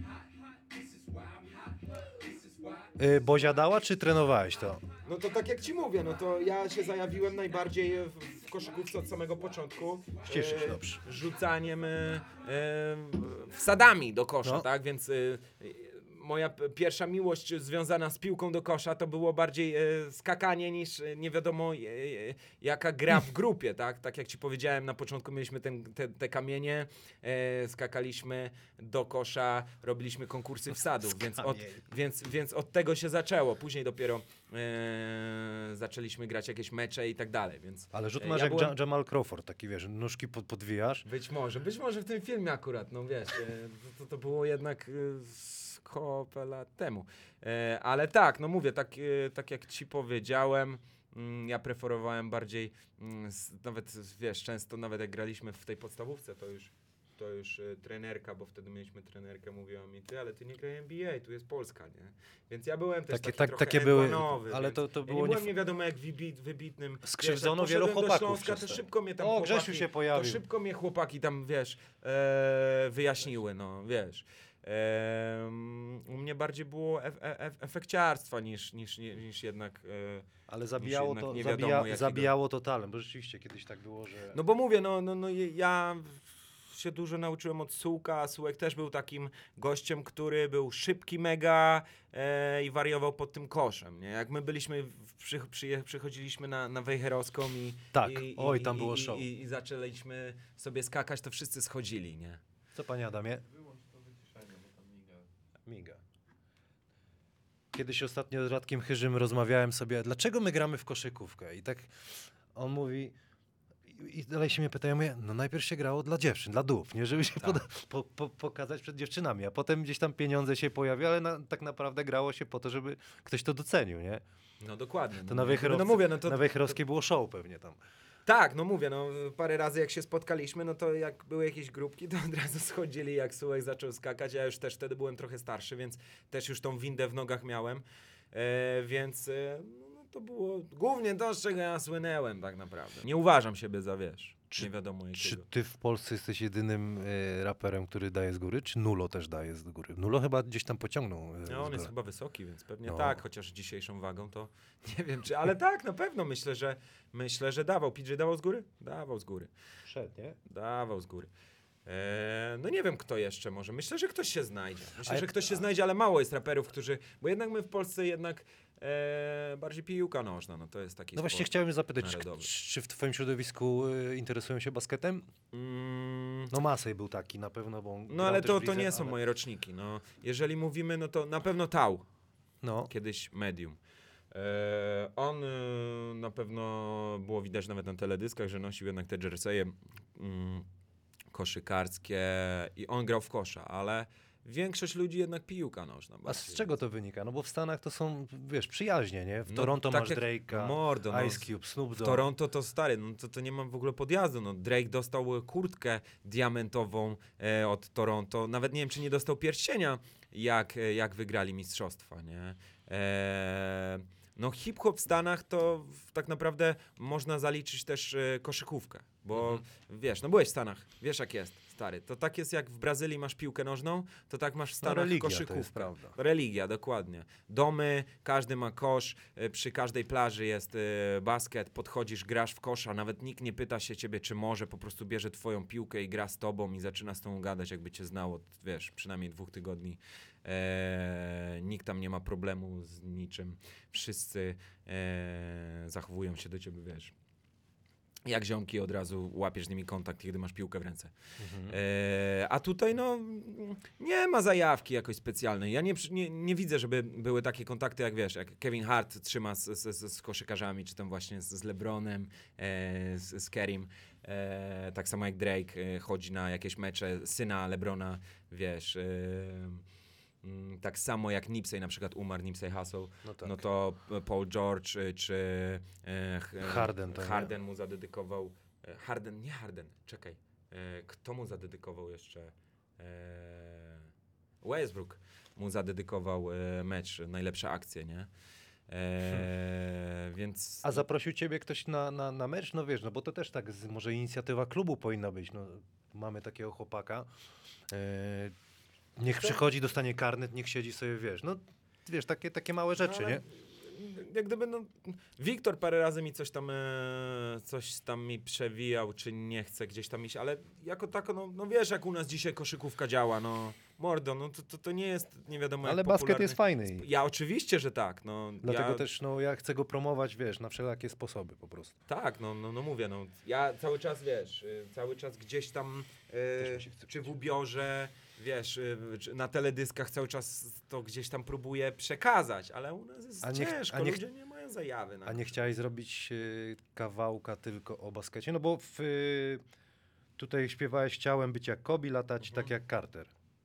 Bozia dała, czy trenowałeś to? No to tak jak ci mówię, no to ja się zajawiłem najbardziej w koszykówce od samego początku. Cieszę się, dobrze. Rzucaniem wsadami do kosza, No. tak? Więc moja pierwsza miłość związana z piłką do kosza to było bardziej skakanie niż nie wiadomo jaka gra w grupie, tak? Tak jak ci powiedziałem, na początku mieliśmy te kamienie, skakaliśmy do kosza, robiliśmy konkursy wsadów, więc od tego się zaczęło. Później dopiero zaczęliśmy grać jakieś mecze i tak dalej, więc... Ale rzut masz jak Jamal Crawford, taki wiesz, nóżki podwijasz. Być może w tym filmie akurat, no wiesz, to było jednak kopę lat temu. Ale tak, no mówię, tak jak ci powiedziałem, ja preferowałem bardziej, nawet wiesz, często nawet jak graliśmy w tej podstawówce, to już trenerka, bo wtedy mieliśmy trenerkę, mówiła mi, ale ty nie graj NBA, tu jest Polska, nie? Więc ja byłem też Takie były, nowy, ale to ja było nie byłem nie wiadomo jak wybitnym. Skrzywdzono wiesz, wielu jak poszedłem chłopaków do Śląska, przez to to. szybko mnie tam O, chłopaki, Grzesiu się pojawił. To szybko mnie chłopaki tam, wiesz, wyjaśniły, no, wiesz. U mnie bardziej było efekciarstwa niż jednak... Ale zabijało jednak to, nie wiadomo zabijało to talent, bo rzeczywiście kiedyś tak było, że... No bo mówię, ja się dużo nauczyłem od Sułka, a Sułek też był takim gościem, który był szybki mega i wariował pod tym koszem, nie? Jak my byliśmy, przychodziliśmy na Wejherowską Tak, tam było show. I zaczęliśmy sobie skakać, to wszyscy schodzili, nie? Co panie Adamie? Miga. Kiedyś ostatnio z Radkiem Chyżym rozmawiałem sobie, dlaczego my gramy w koszykówkę? I tak on mówi, i dalej się mnie pytają, mówię, no najpierw się grało dla dziewczyn, dla dów, nie? Żeby się pokazać przed dziewczynami, a potem gdzieś tam pieniądze się pojawiły, ale tak naprawdę grało się po to, żeby ktoś to docenił, nie? No dokładnie. To na Wejherowskiej było show pewnie tam. Tak, no mówię, parę razy jak się spotkaliśmy, no to jak były jakieś grupki, to od razu schodzili, jak Sułek zaczął skakać, ja już też wtedy byłem trochę starszy, więc też już tą windę w nogach miałem, więc to było głównie to, z czego ja słynęłem tak naprawdę. Nie uważam siebie za, wiesz, nie wiadomo jakiego. Czy ty w Polsce jesteś jedynym raperem, który daje z góry, czy Nulo też daje z góry? Nulo chyba gdzieś tam pociągnął. No on jest chyba wysoki, więc pewnie tak, chociaż dzisiejszą wagą to nie wiem czy, ale tak, na pewno myślę, że dawał. PJ dawał z góry? Dawał z góry. Szedł, nie? Dawał z góry. No nie wiem kto jeszcze może. Myślę, że ktoś się znajdzie. Że ktoś się znajdzie, ale mało jest raperów, którzy... Bo jednak my w Polsce bardziej piłka nożna, no to jest taki No właśnie sport chciałem zapytać, narodowy. czy w twoim środowisku interesują się basketem? No Masej był taki na pewno, bo... No ale to nie są moje roczniki. No. Jeżeli mówimy, no to na pewno Tał. No. Kiedyś Medium. On na pewno było widać nawet na teledyskach, że nosił jednak te jerseje koszykarskie i on grał w kosza, ale większość ludzi jednak piłka nożna. A z czego to wynika? No bo w Stanach to są, wiesz, przyjaźnie, nie? W No, Toronto tak masz jak Drake'a, Ice Cube, Snoop W Dogg. Toronto to stary, no to nie mam w ogóle podjazdu. No, Drake dostał kurtkę diamentową od Toronto. Nawet nie wiem, czy nie dostał pierścienia, jak wygrali mistrzostwa, nie? No hip-hop w Stanach to tak naprawdę można zaliczyć też koszykówkę, bo wiesz, no byłeś w Stanach, wiesz jak jest, stary. To tak jest jak w Brazylii masz piłkę nożną, to tak masz w Stanach religia, koszykówkę. to jest prawda. Religia, dokładnie. Domy, każdy ma kosz, przy każdej plaży jest basket, podchodzisz, grasz w kosza, nawet nikt nie pyta się ciebie, czy może, po prostu bierze twoją piłkę i gra z tobą i zaczyna z tą gadać, jakby cię znał od, wiesz, przynajmniej 2 tygodni. Nikt tam nie ma problemu z niczym. Wszyscy zachowują się do ciebie, wiesz, jak ziomki, od razu łapiesz z nimi kontakt, kiedy masz piłkę w ręce. A tutaj no nie ma zajawki jakoś specjalnej. Ja nie widzę, żeby były takie kontakty jak wiesz, jak Kevin Hart trzyma z koszykarzami, czy tam właśnie z LeBronem, z Kerim. Tak samo jak Drake chodzi na jakieś mecze syna LeBrona, wiesz. Tak samo jak Nipsey na przykład umarł, Nipsey Hussle, no to Paul George czy Harden mu zadedykował. Czekaj. Kto mu zadedykował jeszcze? Westbrook mu zadedykował mecz, najlepsze akcje, nie? Więc A zaprosił ciebie ktoś na mecz? No wiesz, no bo to też tak, może inicjatywa klubu powinna być. No, mamy takiego chłopaka. Niech przychodzi, dostanie karnet, niech siedzi sobie, wiesz. No wiesz, takie małe rzeczy, ale nie? Jak gdyby, no, Wiktor parę razy mi coś tam mi przewijał, czy nie chce gdzieś tam iść, ale jako tako, no wiesz, jak u nas dzisiaj koszykówka działa, no mordo, no to nie jest nie wiadomo jak Ale basket popularny. jest fajny. Ja oczywiście, że tak, no. Dlatego też no, ja chcę go promować, wiesz, na wszelakie sposoby po prostu. Tak, no mówię, no. Ja cały czas, wiesz, cały czas gdzieś tam, mi się chce czy w ubiorze, wiesz, czy na teledyskach cały czas to gdzieś tam próbuję przekazać, ale u nas jest ciężko, ludzie nie mają zajawy na A nie chciałeś zrobić kawałka tylko o baskecie? No bo tutaj śpiewałeś Chciałem być jak Kobe, latać tak jak Carter.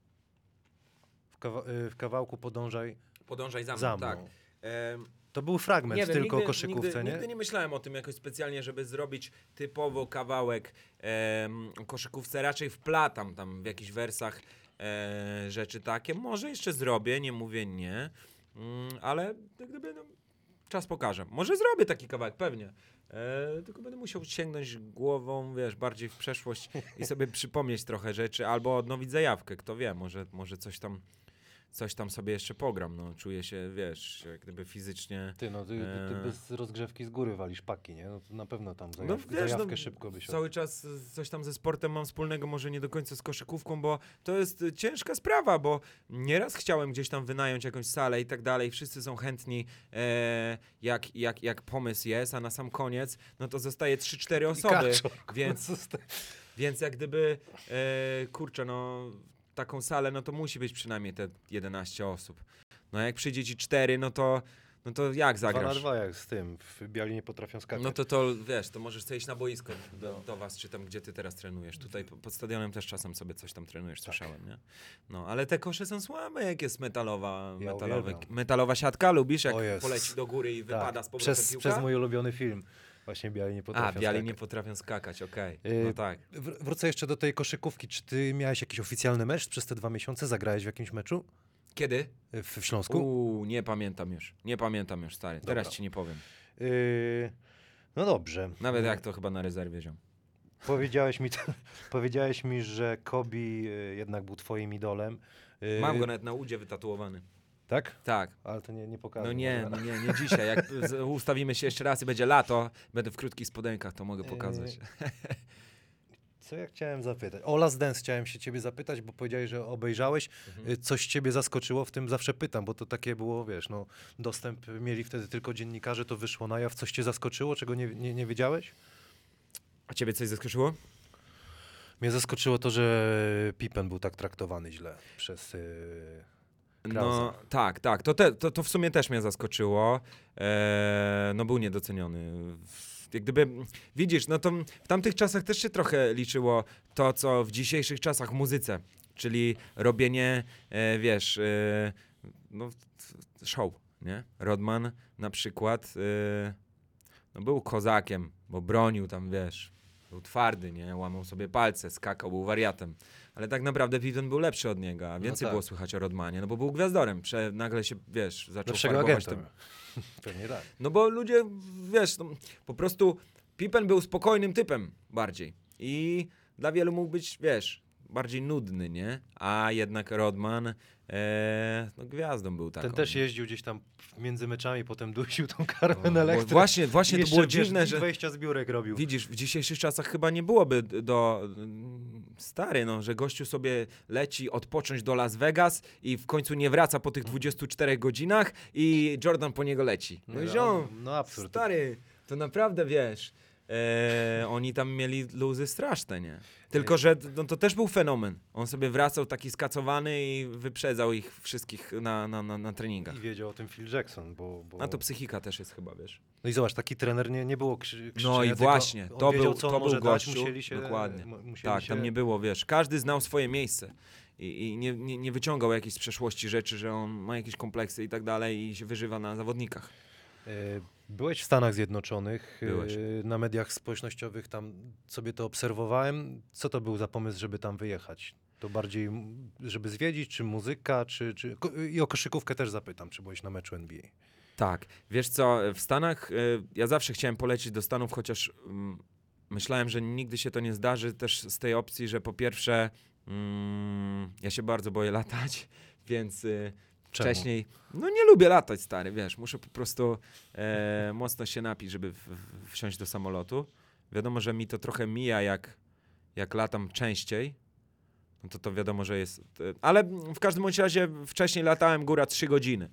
W kawałku Podążaj za za mną, tak. mną. To był fragment tylko o koszykówce, nie? Nigdy nie myślałem o tym jakoś specjalnie, żeby zrobić typowo kawałek o koszykówce. Raczej wplatam tam w jakichś wersach rzeczy takie. Może jeszcze zrobię, nie mówię nie, ale jak gdyby czas pokaże. Może zrobię taki kawałek, pewnie. Tylko będę musiał sięgnąć głową, wiesz, bardziej w przeszłość i sobie przypomnieć trochę rzeczy, albo odnowić zajawkę, kto wie, może coś tam sobie jeszcze pogram, no, czuję się, wiesz, jak gdyby fizycznie... Ty bez rozgrzewki z góry walisz paki, nie? No to na pewno tam wiesz, zajawkę szybko byś... Cały czas coś tam ze sportem mam wspólnego, może nie do końca z koszykówką, bo to jest ciężka sprawa, bo nieraz chciałem gdzieś tam wynająć jakąś salę i tak dalej, wszyscy są chętni, jak pomysł jest, a na sam koniec, no to zostaje 3-4 osoby, więc jak gdyby, kurczę, no... taką salę, no to musi być przynajmniej te 11 osób. No jak przyjdzie ci 4, no to jak zagrasz? 2 na 2 jak z tym, w Biali nie potrafią skakać. No to wiesz, to możesz sobie iść na boisko do was, czy tam, gdzie ty teraz trenujesz. Tutaj pod stadionem też czasem sobie coś tam trenujesz, słyszałem, nie? No, ale te kosze są słabe, jak jest metalowa siatka, lubisz, jak poleci do góry i wypada z powrotem piłka? Przez mój ulubiony film. Właśnie Biali nie potrafią skakać. Biali nie potrafią skakać, okej. No tak. Wrócę jeszcze do tej koszykówki. Czy ty miałeś jakiś oficjalny mecz przez te 2 miesiące? Zagrałeś w jakimś meczu? Kiedy? W Śląsku? Nie pamiętam już. Nie pamiętam już, stary. Dobra. Teraz ci nie powiem. No dobrze. Nawet jak to chyba na rezerwie ziom. Powiedziałeś mi, że Kobe jednak był twoim idolem. Mam go nawet na udzie wytatuowany. Tak? Tak. Ale to nie pokażę. No nie dzisiaj. Jak ustawimy się jeszcze raz i będzie lato, będę w krótkich spodenkach, to mogę pokazać. Co ja chciałem zapytać? O Last Dance chciałem się ciebie zapytać, bo powiedziałeś, że obejrzałeś. Coś ciebie zaskoczyło? W tym zawsze pytam, bo to takie było, wiesz, no dostęp mieli wtedy tylko dziennikarze, to wyszło na jaw. Coś cię zaskoczyło, czego nie wiedziałeś? A ciebie coś zaskoczyło? Mnie zaskoczyło to, że Pippen był tak traktowany źle przez No tak. To w sumie też mnie zaskoczyło. No był niedoceniony. Jak gdyby, widzisz, no to w tamtych czasach też się trochę liczyło to, co w dzisiejszych czasach w muzyce, czyli robienie, wiesz, no show, nie? Rodman na przykład, no był kozakiem, bo bronił tam, wiesz, był twardy, nie? Łamał sobie palce, skakał, był wariatem. Ale tak naprawdę Pippen był lepszy od niego, a więcej było słychać o Rodmanie, no bo był gwiazdorem. Nagle się, wiesz, zaczął lepszego farbować agenta. Pewnie tak. No bo ludzie, wiesz, no, po prostu Pippen był spokojnym typem bardziej. I dla wielu mógł być, wiesz, bardziej nudny, nie? A jednak Rodman, no gwiazdą był taką. Ten też jeździł gdzieś tam między meczami, potem dusił tą karmę elektryk. Właśnie to było dziwne, wiesz, że... 20 zbiórek robił. Widzisz, w dzisiejszych czasach chyba nie byłoby stary, no, że gościu sobie leci odpocząć do Las Vegas i w końcu nie wraca po tych 24 godzinach i Jordan po niego leci. No absurd. Stary, to naprawdę, wiesz, oni tam mieli luzy straszne, nie? Tylko, że no, to też był fenomen. On sobie wracał taki skacowany i wyprzedzał ich wszystkich na treningach. I wiedział o tym Phil Jackson, bo... A to psychika też jest chyba, wiesz. No i zobacz, taki trener nie było krzyczenia. No i właśnie, to był gościu, musieli się, dokładnie. Musieli tak, się... tam nie było, wiesz, każdy znał swoje miejsce i nie wyciągał jakichś z przeszłości rzeczy, że on ma jakieś kompleksy i tak dalej i się wyżywa na zawodnikach. Byłeś w Stanach Zjednoczonych, Byłeś. Na mediach społecznościowych tam sobie to obserwowałem. Co to był za pomysł, żeby tam wyjechać? To bardziej, żeby zwiedzić, czy muzyka, czy... I o koszykówkę też zapytam, czy byłeś na meczu NBA? Tak. Wiesz co, w Stanach ja zawsze chciałem polecieć do Stanów, chociaż myślałem, że nigdy się to nie zdarzy, też z tej opcji, że po pierwsze ja się bardzo boję latać, więc Czemu? wcześniej, no nie lubię latać, stary, wiesz, muszę po prostu mocno się napić, żeby wsiąść do samolotu. Wiadomo, że mi to trochę mija, jak latam częściej, no to wiadomo, że jest, ale w każdym bądź razie wcześniej latałem góra 3 godziny.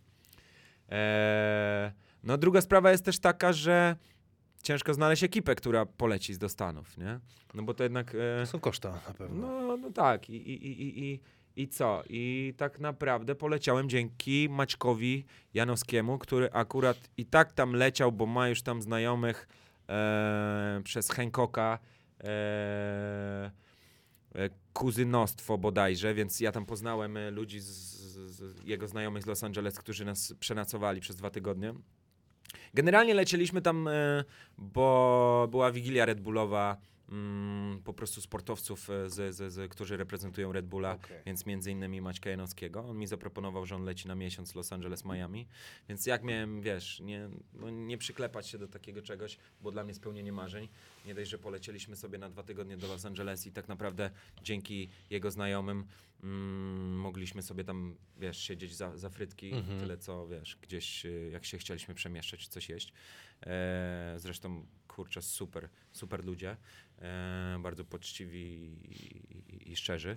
No druga sprawa jest też taka, że ciężko znaleźć ekipę, która poleci do Stanów, nie? No bo to jednak... To są koszta na pewno. No tak. I co? I tak naprawdę poleciałem dzięki Maćkowi Janowskiemu, który akurat i tak tam leciał, bo ma już tam znajomych przez Hancocka, kuzynostwo bodajże, więc ja tam poznałem ludzi z jego znajomych z Los Angeles, którzy nas przenocowali przez 2 tygodnie. Generalnie lecieliśmy tam, bo była wigilia Red Bullowa, po prostu sportowców, którzy reprezentują Red Bulla, Okej. więc między innymi Maćka Janowskiego. On mi zaproponował, że on leci na miesiąc Los Angeles, Miami, więc jak miałem, wiesz, nie przyklepać się do takiego czegoś, było dla mnie spełnienie marzeń. Nie dość, że polecieliśmy sobie na 2 tygodnie do Los Angeles i tak naprawdę dzięki jego znajomym mogliśmy sobie tam, wiesz, siedzieć za frytki, tyle co, wiesz, gdzieś jak się chcieliśmy przemieszczać, coś jeść. Zresztą, kurczę, super ludzie, bardzo poczciwi i szczerzy.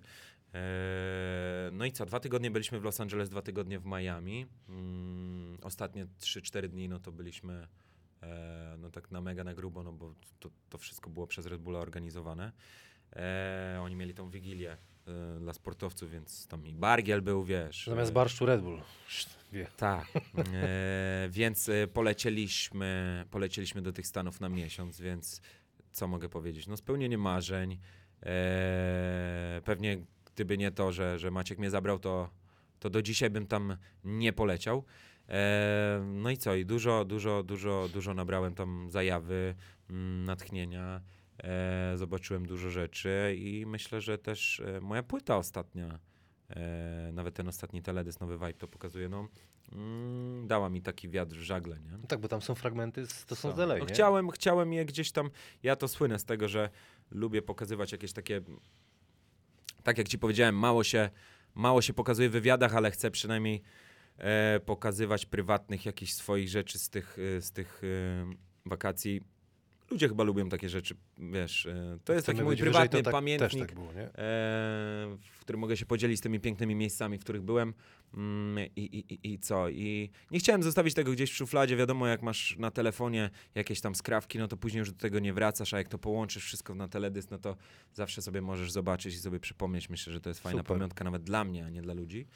No i co, 2 tygodnie byliśmy w Los Angeles, 2 tygodnie w Miami. Ostatnie 3-4 dni, no to byliśmy no tak na grubo, no bo to wszystko było przez Red Bulla organizowane. Oni mieli tą wigilię dla sportowców, więc tam i Bargiel był, wiesz. Zamiast barszczu Red Bull. Wie. Tak, więc polecieliśmy do tych Stanów na miesiąc, więc co mogę powiedzieć? No spełnienie marzeń. Pewnie gdyby nie to, że Maciek mnie zabrał, to do dzisiaj bym tam nie poleciał. No i co? I dużo nabrałem tam zajawy, natchnienia. Zobaczyłem dużo rzeczy i myślę, że też moja płyta ostatnia, nawet ten ostatni teledysk, Nowy Vibe to pokazuje, no dała mi taki wiatr w żagle, nie? No tak, bo tam są fragmenty, to są Co? z LA, No nie? chciałem je gdzieś tam, ja to słynę z tego, że lubię pokazywać jakieś takie, tak jak ci powiedziałem, mało się pokazuje w wywiadach, ale chcę przynajmniej pokazywać prywatnych jakichś swoich rzeczy z tych wakacji. Ludzie chyba lubią takie rzeczy, wiesz, to jest taki Chcemy mój być wyżej, prywatny to tak, pamiętnik, też tak było, nie? w którym mogę się podzielić z tymi pięknymi miejscami, w których byłem i co. I nie chciałem zostawić tego gdzieś w szufladzie, wiadomo, jak masz na telefonie jakieś tam skrawki, no to później już do tego nie wracasz, a jak to połączysz wszystko na teledysk, no to zawsze sobie możesz zobaczyć i sobie przypomnieć. Myślę, że to jest fajna Super. pamiątka nawet dla mnie, a nie dla ludzi.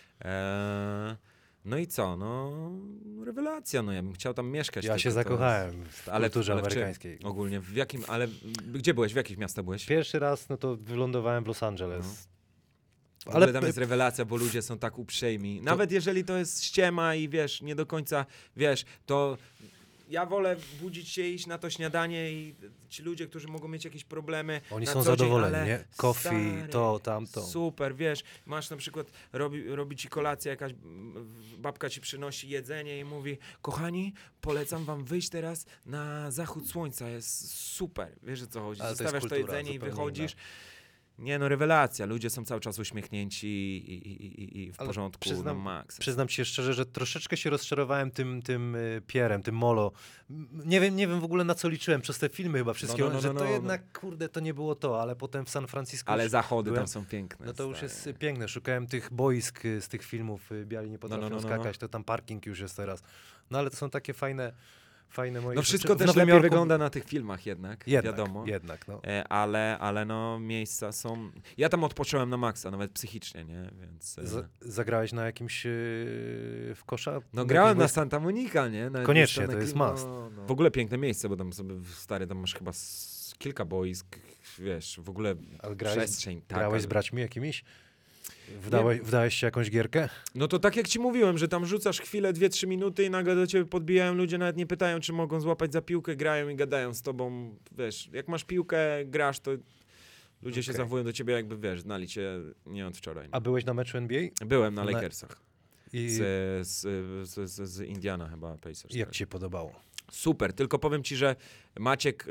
No i co? No rewelacja, no ja bym chciał tam mieszkać. Ja tylko się to zakochałem jest- w ale kulturze ale w czym? amerykańskiej. Ogólnie, w jakim, ale gdzie byłeś? W jakich miastach byłeś? Pierwszy raz, no to wylądowałem w Los Angeles. W ogóle Ale tam jest rewelacja, bo ludzie są tak uprzejmi. Nawet jeżeli to jest ściema i wiesz, nie do końca, wiesz, to ja wolę budzić się, iść na to śniadanie i ci ludzie, którzy mogą mieć jakieś problemy Oni na są co dzień, zadowoleni, ale nie? Coffee, stary, to, tamto. Super, wiesz, masz na przykład, robi ci kolację, jakaś babka ci przynosi jedzenie i mówi, kochani, polecam wam wyjść teraz na zachód słońca, jest super, wiesz o co chodzi, Ale to jest zostawiasz to kultura jedzenie i zupełnie wychodzisz. inna. Nie no, rewelacja, ludzie są cały czas uśmiechnięci i w Ale porządku na maksa. Przyznam ci się szczerze, że troszeczkę się rozczarowałem tym Pierrem, tym Molo. Nie wiem w ogóle na co liczyłem przez te filmy chyba wszystkie, że to jednak, kurde, to nie było to, ale potem w San Francisco Ale już zachody byłem. tam są piękne. No to już stary. jest piękne. Szukałem tych boisk z tych filmów, biali nie potrafią no. skakać, to tam parking już jest teraz. No ale to są takie fajne moje No rzeczy. wszystko W też Nowym lepiej Jorku- wygląda na tych filmach jednak, wiadomo. Jednak, no. Ale no miejsca są... Ja tam odpocząłem na maksa, nawet psychicznie, nie? Więc... Zagrałeś na jakimś w kosza? No grałem na Santa Monica, nie? Nawet Koniecznie, tam na to jest kilku- must. W ogóle piękne miejsce, bo tam sobie, stary, tam masz chyba kilka boisk, wiesz, w ogóle Ale przestrzeń. Tak, grałeś z ale- braćmi jakimiś? Wdałeś się jakąś gierkę? No to tak jak ci mówiłem, że tam rzucasz chwilę, 2-3 minuty i nagle do ciebie podbijają ludzie, nawet nie pytają, czy mogą złapać za piłkę, grają i gadają z tobą, wiesz, jak masz piłkę, grasz, to ludzie się Okej. zachowują do ciebie jakby, wiesz, znali cię nie od wczoraj. A byłeś na meczu NBA? Byłem na Na- Lakersach. I z Indiana chyba Pacers. jak ci się podobało? Super, tylko powiem ci, że Maciek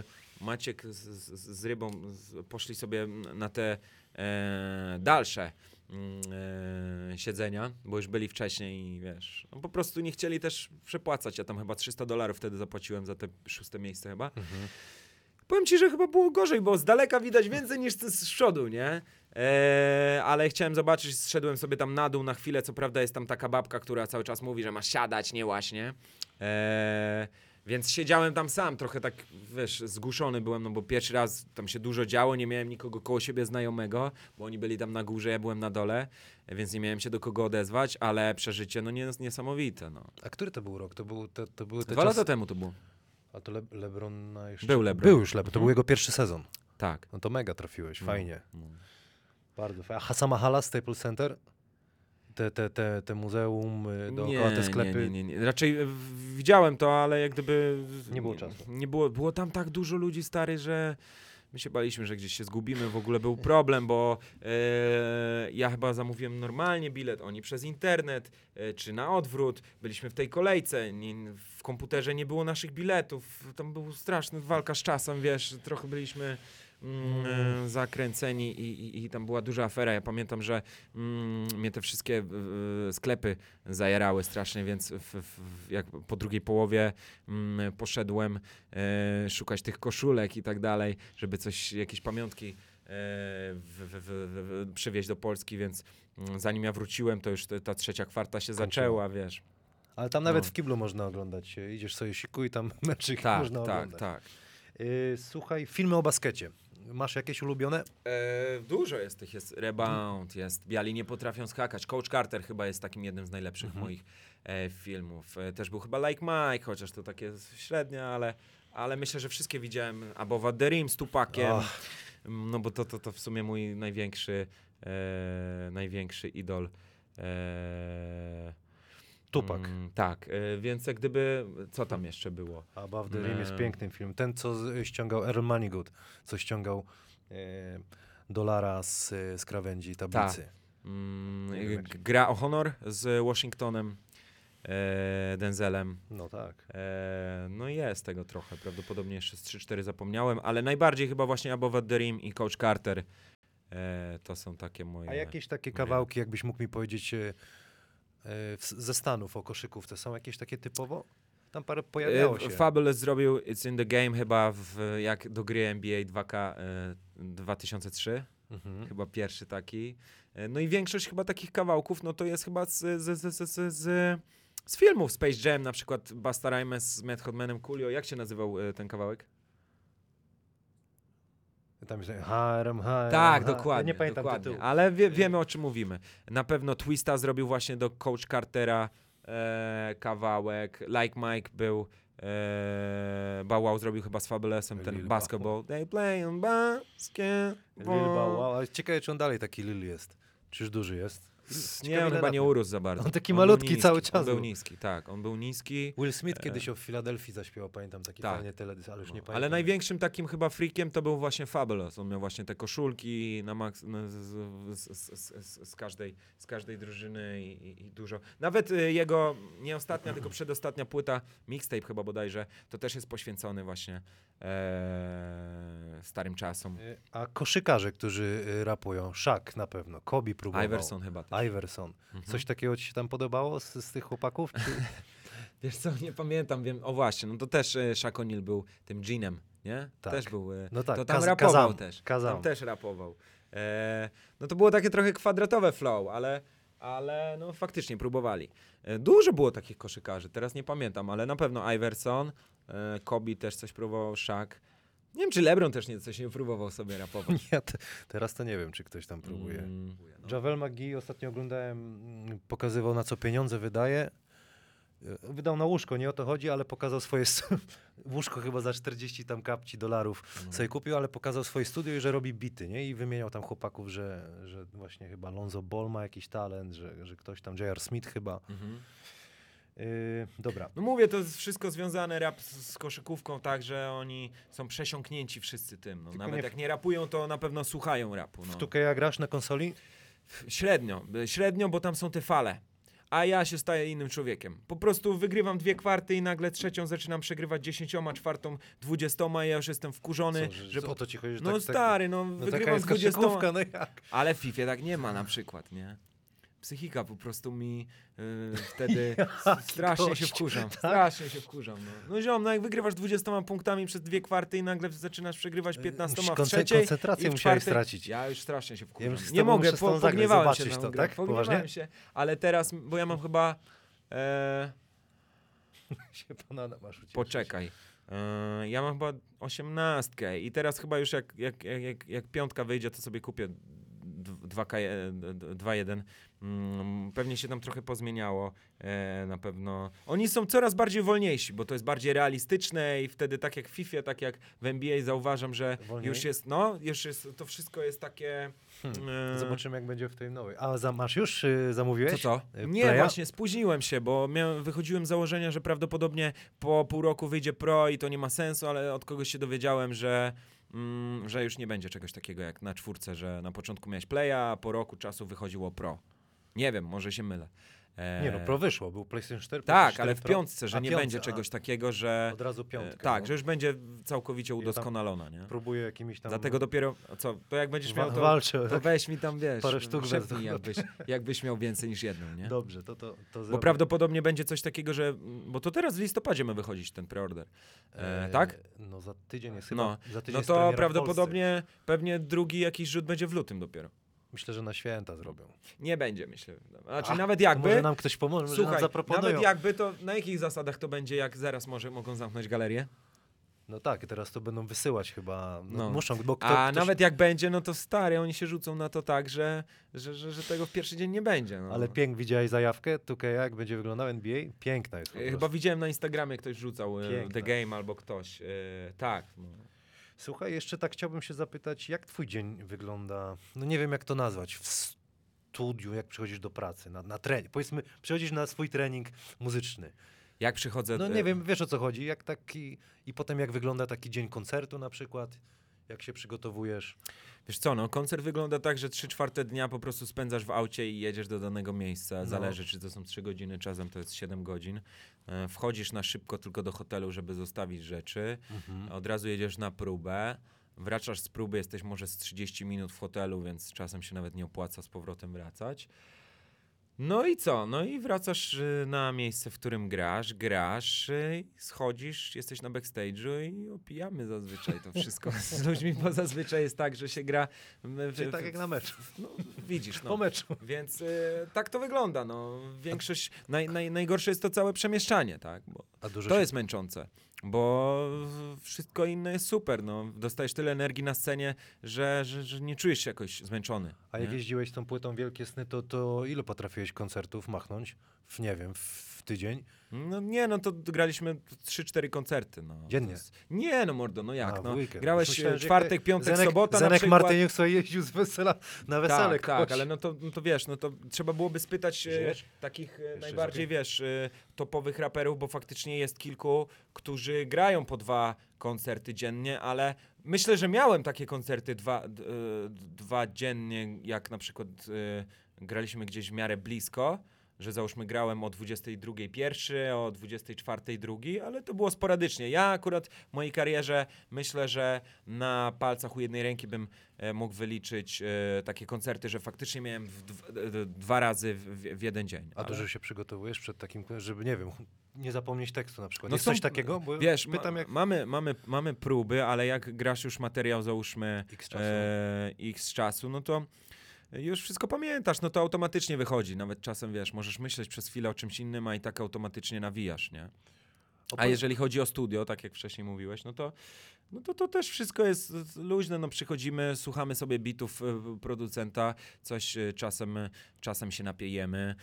z Rybą poszli sobie na te dalsze siedzenia, bo już byli wcześniej i wiesz, no po prostu nie chcieli też przepłacać. Ja tam chyba $300 wtedy zapłaciłem za te 6. miejsce chyba. Powiem ci, że chyba było gorzej, bo z daleka widać więcej niż z przodu, nie? Ale chciałem zobaczyć, zszedłem sobie tam na dół na chwilę, co prawda jest tam taka babka, która cały czas mówi, że masz siadać, nie łaśnie. Więc siedziałem tam sam, trochę tak, wiesz, zgłuszony byłem, no bo pierwszy raz tam się dużo działo, nie miałem nikogo koło siebie znajomego, bo oni byli tam na górze, ja byłem na dole, więc nie miałem się do kogo odezwać, ale przeżycie, no niesamowite, no. A który to był rok? To były te 2 lata czasy... temu to było. A to LeBron jeszcze... Był LeBron. Był już LeBron, to był jego pierwszy sezon. Tak. No to mega trafiłeś, fajnie. No. Bardzo fajnie. A sama hala, Staples Center? Te muzeum, dookoła te sklepy? Nie. Raczej widziałem to, ale jak gdyby... Nie było czasu. Nie było tam tak dużo ludzi, stary, że my się baliśmy, że gdzieś się zgubimy. W ogóle był problem, bo ja chyba zamówiłem normalnie bilet, oni przez internet, czy na odwrót. Byliśmy w tej kolejce, w komputerze nie było naszych biletów. Tam była straszna walka z czasem, wiesz, trochę byliśmy... zakręceni i tam była duża afera. Ja pamiętam, że mnie te wszystkie sklepy zajerały strasznie, więc jak po drugiej połowie poszedłem szukać tych koszulek i tak dalej, żeby jakieś pamiątki przywieźć do Polski, więc zanim ja wróciłem, to już ta trzecia kwarta się zaczęła, wiesz. Ale tam nawet w kiblu można oglądać. Idziesz sobie siku i tam meczyk można oglądać. Tak. Słuchaj, filmy o baskecie. Masz jakieś ulubione? Dużo jest tych, jest Rebound, jest Biali nie potrafią skakać. Coach Carter chyba jest takim jednym z najlepszych moich filmów. Też był chyba Like Mike, chociaż to takie średnie, ale myślę, że wszystkie widziałem. Above the Rim z Tupakiem, no bo to w sumie mój największy idol. Tupac. Tak, więc jak gdyby, co tam jeszcze było? Above the Rim jest pięknym filmem. Ten, co ściągał Earl Manigood, co ściągał dolara z krawędzi tablicy. Gra o honor z Washingtonem, Denzelem. No tak. No jest tego trochę, prawdopodobnie jeszcze z 3-4 zapomniałem, ale najbardziej chyba właśnie Above the Rim i Coach Carter. To są takie moje... A jakieś takie kawałki, jakbyś mógł mi powiedzieć ze Stanów o koszykówce, są jakieś takie typowo? Tam parę pojawiało się. Fabulous zrobił It's in the Game chyba jak do gry NBA 2K 2003. Chyba pierwszy taki. No i większość chyba takich kawałków, no to jest chyba z filmów. Space Jam na przykład, Busta Rhymes z Method Manem, Coolio. Jak się nazywał ten kawałek? Tam jest HRM. Tak, dokładnie. Ja nie pamiętam dokładnie. tytułu. Ale wiemy, o czym mówimy. Na pewno Twista zrobił właśnie do Coach Cartera kawałek. Like Mike był. Bow Wow zrobił chyba z Fabulousem ten Lil basketball. They play on basketball. Lil Bow Wow, ale ciekawe, czy on dalej taki Lil jest. Czyż duży jest? Nie, on chyba nie urósł za bardzo. On taki był malutki niski, cały czas On był był. niski, tak. On był niski. Will Smith kiedyś w Filadelfii zaśpiewał, pamiętam, taki Tak. fajnie teledysk, ale już nie pamiętam. Ale największym takim chyba freakiem to był właśnie Fabulous. On miał właśnie te koszulki na z każdej drużyny i dużo. Nawet jego nie ostatnia, tylko przedostatnia płyta, mixtape chyba bodajże, to też jest poświęcony właśnie starym czasom. A koszykarze, którzy rapują, Shaq na pewno, Kobe próbował. Iverson chyba też. Iverson. Coś takiego ci się tam podobało z tych chłopaków? Czy... Wiesz co, nie pamiętam, wiem. O właśnie, no to też Shaq O'Neal był tym Jeanem, nie? Tak. Też był. No tak, to tam rapował Kazam, też. Kazam. Tam też rapował. No to było takie trochę kwadratowe flow, ale no faktycznie próbowali. Dużo było takich koszykarzy, teraz nie pamiętam, ale na pewno Iverson, Kobe też coś próbował, Shaq. Nie wiem, czy LeBron też coś nie próbował sobie rapować. Ja teraz to nie wiem, czy ktoś tam próbuje. Javel McGee ostatnio oglądałem, pokazywał, na co pieniądze wydaje. Wydał na łóżko, nie o to chodzi, ale pokazał swoje łóżko chyba za 40 tam kapci dolarów sobie kupił, ale pokazał swoje studio i że robi bity, nie? I wymieniał tam chłopaków, że właśnie chyba Lonzo Ball ma jakiś talent, że ktoś tam, J.R. Smith chyba. Dobra. No mówię, to jest wszystko związane rap z koszykówką, tak, że oni są przesiąknięci wszyscy tym. No. Nawet jak nie rapują, to na pewno słuchają rapu. No. W 2K grasz na konsoli? Średnio, bo tam są te fale. a ja się staję innym człowiekiem. Po prostu wygrywam 2 kwarty i nagle trzecią zaczynam przegrywać 10, czwartą 20 i ja już jestem wkurzony, Że o to ci chodzi, że no tak, stary, no no taka wygrywam jest 20. koszykówka, no jak? Ale w FIFA tak nie ma na przykład, nie? Psychika po prostu mi wtedy strasznie gość, się wkurzam. tak? Strasznie się wkurzam. No ziom, no jak wygrywasz 20 punktami przez 2 kwarty i nagle zaczynasz przegrywać 15 w trzeciej koncentrację i w musiałeś czwartej. stracić. Ja już strasznie się wkurzam. już z Nie tobą mogę, muszę z tobą zagrać, pogniewałem się zobaczyć na to, grę. tak? Pogniewałem Poważnie? się, ale teraz, bo ja mam chyba... Się pana masz ucieszyć. Poczekaj. Ja mam chyba 18 i teraz chyba już jak piątka wyjdzie, to sobie kupię 2.1. Pewnie się tam trochę pozmieniało na pewno. Oni są coraz bardziej wolniejsi, bo to jest bardziej realistyczne i wtedy tak jak w FIFA, tak jak w NBA zauważam, że Wolniej? już jest, to wszystko jest takie... Zobaczymy, jak będzie w tej nowej. A masz już? Zamówiłeś? Co? Nie, Playa? właśnie spóźniłem się, bo wychodziłem z założenia, że prawdopodobnie po pół roku wyjdzie Pro i to nie ma sensu, ale od kogoś się dowiedziałem, że już nie będzie czegoś takiego jak na 4, że na początku miałeś Playa, a po roku czasu wychodziło Pro. Nie wiem, może się mylę. Nie no, Pro wyszło, był PlayStation 4. Tak, PlayStation ale w 4 piątce, że A, nie piątce, będzie czegoś takiego, że... Od razu piątka. tak, no. że już będzie całkowicie udoskonalona, nie? Próbuję jakimiś tam... Dlatego dopiero, to jak będziesz miał, to walczę, to weź mi tam, wiesz, parę sztuk szepnij, wezmę. jakbyś miał więcej niż jedną, nie? Dobrze, to Bo zrobię. prawdopodobnie będzie coś takiego, że... Bo to teraz w listopadzie ma wychodzić ten preorder. Tak? No za tydzień jest chyba. No, Za tydzień no jest premiera to w prawdopodobnie pewnie drugi jakiś rzut będzie w lutym dopiero. Polsce. Myślę, że na święta zrobią. Nie będzie, myślę. Znaczy A, nawet to jakby... Może nam ktoś pomoże, może nam Słuchaj, zaproponują. nawet jakby, to na jakich zasadach to będzie, jak zaraz mogą zamknąć galerię? No tak, teraz to będą wysyłać chyba. No, No. muszą, bo A nawet jak będzie, no to stary, oni się rzucą na to tak, że tego w pierwszy dzień nie będzie. No. Ale widziałeś zajawkę? Tukaj, jak będzie wyglądał NBA? Piękna jest po prostu. Chyba widziałem na Instagramie, ktoś rzucał Piękna. The Game albo ktoś. Tak. No. Słuchaj, jeszcze tak chciałbym się zapytać, jak twój dzień wygląda, no nie wiem jak to nazwać, w studiu, jak przychodzisz do pracy, na trening, powiedzmy, przychodzisz na swój trening muzyczny. Jak przychodzę... No nie wiem, wiesz o co chodzi, jak taki, i potem jak wygląda taki dzień koncertu na przykład, jak się przygotowujesz. Wiesz co, no koncert wygląda tak, że 3/4 dnia po prostu spędzasz w aucie i jedziesz do danego miejsca. No. Zależy, czy to są 3 godziny, czasem to jest 7 godzin. Wchodzisz na szybko tylko do hotelu, żeby zostawić rzeczy. Od razu jedziesz na próbę. Wracasz z próby, jesteś może z 30 minut w hotelu, więc czasem się nawet nie opłaca z powrotem wracać. No i co? No i wracasz na miejsce, w którym grasz, schodzisz, jesteś na backstage'u i opijamy zazwyczaj to wszystko z ludźmi, bo zazwyczaj jest tak, że się gra... Czyli tak jak na meczu, No, widzisz, po no. meczu. Więc tak to wygląda, no. Większość... najgorsze jest to całe przemieszczanie, tak? Bo A dużo to się... jest męczące, bo wszystko inne jest super, no. Dostajesz tyle energii na scenie, że nie czujesz się jakoś zmęczony. A jak nie? jeździłeś z tą płytą Wielkie Sny, to ile potrafiłeś koncertów machnąć? Nie wiem, w tydzień? No nie, no to graliśmy 3-4 koncerty. No. Dziennie? To jest... Nie, no mordo, no jak? A, w No. weekend. Grałeś Myślałem, że czwartek, piątek, Zenek, sobota na Zenek przykład. Martyniuk sobie jeździł z wesela na wesele. Tak, ale no to wiesz, no to trzeba byłoby spytać Żyjesz? takich Jeszcze najbardziej, sobie? wiesz, topowych raperów, bo faktycznie jest kilku, którzy grają po 2 koncerty dziennie, ale myślę, że miałem takie koncerty dwa dziennie, jak na przykład graliśmy gdzieś w miarę blisko, że załóżmy grałem o 22:00 pierwszy, o 24:00 drugi, ale to było sporadycznie. Ja akurat w mojej karierze myślę, że na palcach u jednej ręki bym mógł wyliczyć takie koncerty, że faktycznie miałem 2 razy w jeden dzień. A dużo się przygotowujesz przed takim, żeby nie wiem, nie zapomnieć tekstu na przykład. No Jest są- coś takiego? Bo Wiesz, pytam jak mamy próby, ale jak grasz już materiał, załóżmy X czasu. X czasu, no to już wszystko pamiętasz, no to automatycznie wychodzi. Nawet czasem, wiesz, możesz myśleć przez chwilę o czymś innym, a i tak automatycznie nawijasz, nie? A jeżeli chodzi o studio, tak jak wcześniej mówiłeś, no to też wszystko jest luźne, no przychodzimy, słuchamy sobie bitów producenta, coś czasem się napiejemy,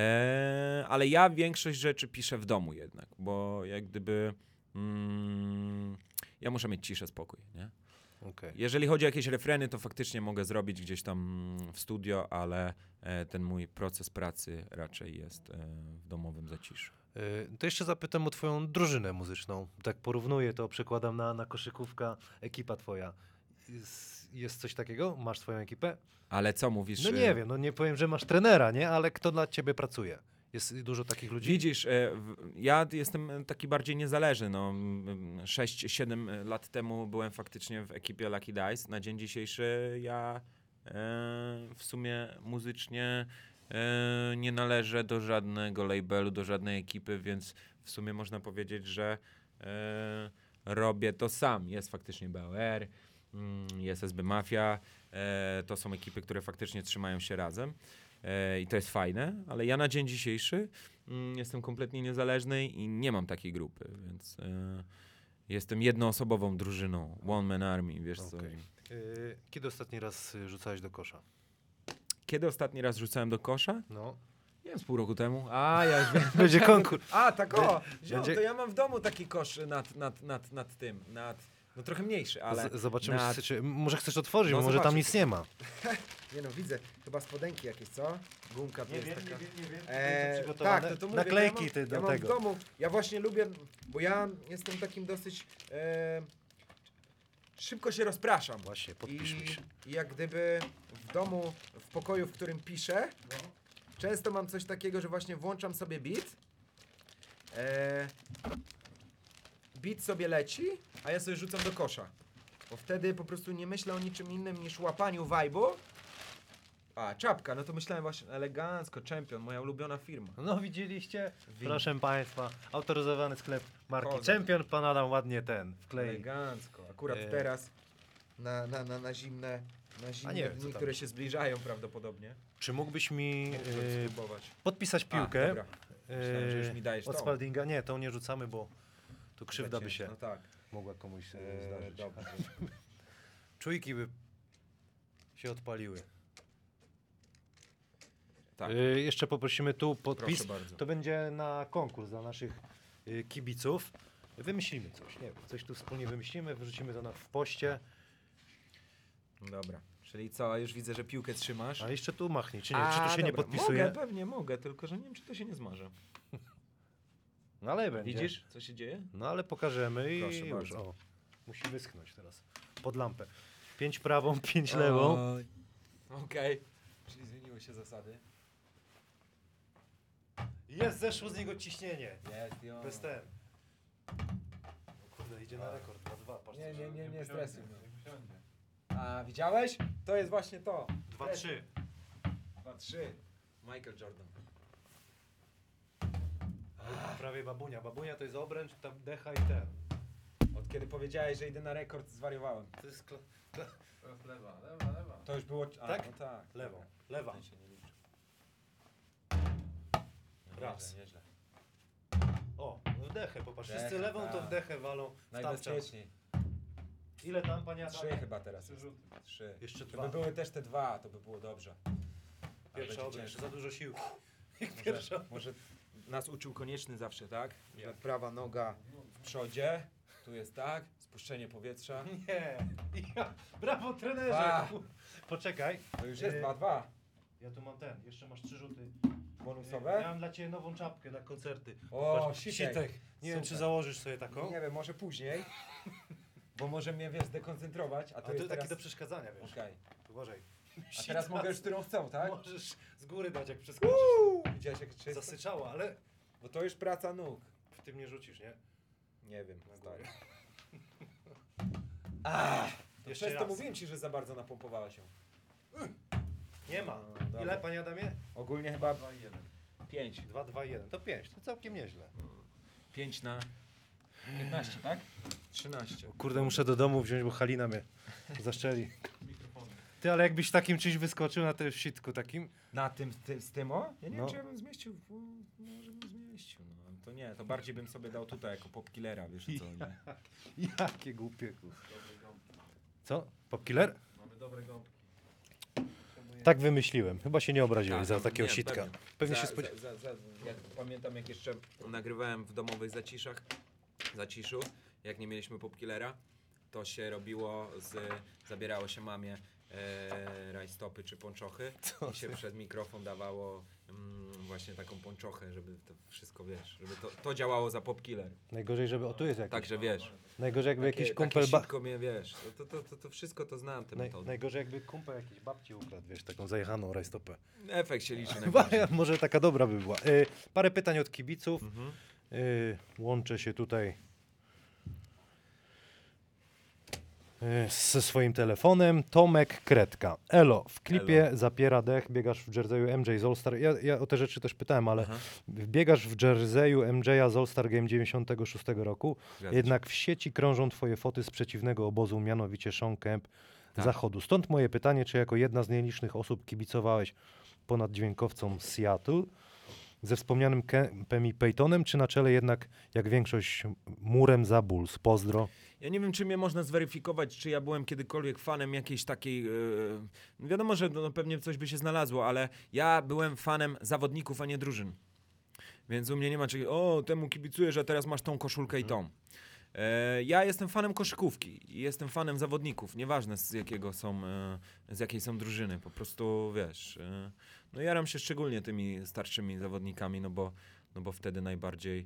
ale ja większość rzeczy piszę w domu jednak, bo jak gdyby ja muszę mieć ciszę, spokój, nie? Okej. Jeżeli chodzi o jakieś refreny, to faktycznie mogę zrobić gdzieś tam w studio, ale ten mój proces pracy raczej jest w domowym zaciszu. To jeszcze zapytam o twoją drużynę muzyczną. Tak porównuję to, przekładam na koszykówka, ekipa twoja. Jest coś takiego? Masz swoją ekipę? Ale co mówisz? No nie wiem, no nie powiem, że masz trenera, nie? Ale kto dla ciebie pracuje? Jest dużo takich ludzi? Widzisz, ja jestem taki bardziej niezależny. No, 6-7 lat temu byłem faktycznie w ekipie Lucky Dice. Na dzień dzisiejszy ja w sumie muzycznie nie należę do żadnego labelu, do żadnej ekipy, więc w sumie można powiedzieć, że robię to sam. Jest faktycznie BOR, jest SB Mafia, to są ekipy, które faktycznie trzymają się razem. I to jest fajne, ale ja na dzień dzisiejszy jestem kompletnie niezależny i nie mam takiej grupy, więc jestem jednoosobową drużyną, one man army, wiesz co. Okej. Kiedy ostatni raz rzucałeś do kosza? Kiedy ostatni raz rzucałem do kosza? No. Nie wiem, z pół roku temu. A, ja już wiem. Będzie konkurs. A, tak o! Będzie- To ja mam w domu taki kosz no trochę mniejszy, ale... Zobaczymy, nad- czy, może chcesz otworzyć, No, bo może tam zobaczę. nic nie ma. Nie no, widzę, chyba spodenki jakieś, co? Gumka tu jest taka. nie wiem. Tak, to mówię, Naklejki ja ty do mam tego. w domu, ja właśnie lubię, bo ja jestem takim dosyć... szybko się rozpraszam. Właśnie, podpiszmy się. I jak gdyby w domu, w pokoju, w którym piszę, często mam coś takiego, że właśnie włączam sobie beat. Beat sobie leci, a ja sobie rzucam do kosza. Bo wtedy po prostu nie myślę o niczym innym niż łapaniu vibe'u. A, czapka, no to myślałem właśnie elegancko, Champion, moja ulubiona firma. No widzieliście? Proszę Państwa, autoryzowany sklep marki Kozak. Champion, Pan Adam ładnie ten wklei. Elegancko, akurat E. teraz na zimne, A nie wiem, co dni, tam. które się zbliżają prawdopodobnie. Czy mógłbyś mi Mógłbym spróbować. podpisać A, piłkę dobra. Myślałem, że już mi dajesz od tą. Spaldinga? Nie, tą nie rzucamy, bo tu krzywda by się No tak. mogła komuś zdarzyć. Dobrze. Czujki by się odpaliły. Tak. Jeszcze poprosimy tu podpis. Proszę bardzo. To będzie na konkurs dla naszych kibiców. Wymyślimy coś, nie wiem, coś tu wspólnie wymyślimy, wrzucimy to w poście. Dobra. Czyli co, już widzę, że piłkę trzymasz. A jeszcze tu machnij, czy nie? Czy tu się nie dobra. podpisuje? Mogę, pewnie mogę, tylko że nie wiem, czy to się nie zmarzy. No ale będzie. Widzisz, co się dzieje? No ale pokażemy i Proszę już. bardzo. O, musi wyschnąć teraz. Pod lampę. 5 prawą, 5 lewą. Oj. Okej. Czyli zmieniły się zasady. Jest, zeszło z niego ciśnienie. Jest, jo. Bez ten. O kurde, idzie na rekord. 2-2, patrz. Nie stresuj. A, widziałeś? To jest właśnie to. 2-3. 2-3. Michael Jordan. Prawie babunia. Babunia to jest obręcz, ta decha i ten. Od kiedy powiedziałeś, że idę na rekord, zwariowałem. To jest Teraz lewa. To już było... A, Tak? No tak. lewą. Lewa. Ten się nie liczy. Raz. Nieźle. O, w dechę, popatrz. Dechę, Wszyscy lewą to tak. w dechę walą w tamczas. Najbezpieczniej. Ile tam, panie 3 Adamie? chyba teraz. Trzy rzuty. 3. Jeszcze To 2. by były też te 2, to by było dobrze. Ale Pierwsza będzie obręcz, ciężko. za dużo sił. Pierwsza. Może nas uczył Konieczny zawsze, tak? Że Jak? prawa noga w przodzie, tu jest tak, spuszczenie powietrza. Nie. Ja. Brawo, trenerze. Dwa. Poczekaj. To już jest Yy, 2-2. Ja tu mam ten, jeszcze masz 3 rzuty. Bonusowe? Miałem dla ciebie nową czapkę na koncerty. O, Popatrz, sitek. Nie wiem, czy Super. założysz sobie taką. Nie wiem, może później. Bo może mnie, wiesz, dekoncentrować, a A to to jest taki teraz... do przeszkadzania, wiesz. Okej. Uważaj. A teraz mogę już którą chcą, tak? Możesz z góry dać, jak przeskoczysz. Widziałeś jak czysto? Zasyczało, ale Bo to już praca nóg. w tym nie rzucisz, nie? Nie wiem, Na stary. górę. Jeszcze Przez to raz. mówiłem ci, że za bardzo napompowała się. Nie ma. No, dobra. Ile, panie Adamie? Ogólnie chyba 2 i 1. 5. 2, 2, 1. To 5. To całkiem nieźle. 5 na 15, tak? 13. Kurde, muszę do domu wziąć, bo Halina mnie zaszczeli. Mikrofony. Ty, ale jakbyś takim czymś wyskoczył na tym sitku takim? Na tym, z tym o? Ja nie No. wiem, czy ja bym zmieścił. Może bym zmieścił. No. To nie, to bardziej bym sobie dał tutaj jako popkillera, wiesz co? Nie? Jakie głupie, kur. Dobre gąbki. Co? Popkiller? Mamy dobre gąbki. Potrzebujemy- Tak wymyśliłem. Chyba się nie obraziłeś za no, takiego nie, sitka. pewnie. Pewnie się spodziewał. Jak pamiętam, jak jeszcze nagrywałem w domowych zaciszu, jak nie mieliśmy popkillera, to się robiło zabierało się mamie rajstopy czy pończochy i się przed mikrofon dawało właśnie taką pończochę, żeby to wszystko, wiesz, żeby to działało za Pop Killer. Najgorzej, żeby... O, tu jest jakiś. Także wiesz, Najgorzej, jakby jakiś takie kumpel... sitko mnie, wiesz, to wszystko to znam, te metody. Najgorzej, jakby kumpel jakiejś babci ukradł, wiesz, taką zajechaną rajstopę. Efekt się liczy Chyba, najbardziej. może taka dobra by była. Parę pytań od kibiców. Mhm. Łączę się tutaj ze swoim telefonem. Tomek Kredka. Elo, w klipie Zapiera dech, biegasz w jerseyu MJ z All-Star. Ja o te rzeczy też pytałem, ale Aha. biegasz w jerseyu MJ'a z All-Star Game 96 roku. Zgadza się. Jednak w sieci krążą twoje foty z przeciwnego obozu, mianowicie Sean Kemp Tak. Zachodu. Stąd moje pytanie, czy jako jedna z nielicznych osób kibicowałeś ponad dźwiękowcom z Seattle ze wspomnianym Kempem i Peytonem, czy na czele jednak, jak większość, murem za Bulls? Pozdro. Ja nie wiem, czy mnie można zweryfikować, czy ja byłem kiedykolwiek fanem jakiejś takiej... wiadomo, że no, pewnie coś by się znalazło, ale ja byłem fanem zawodników, a nie drużyn. Więc u mnie nie ma czegoś, o, temu kibicujesz, a teraz masz tą koszulkę i tą. Ja jestem fanem koszykówki i jestem fanem zawodników, nieważne z jakiej są drużyny, po prostu wiesz, no jaram się szczególnie tymi starszymi zawodnikami, no bo wtedy najbardziej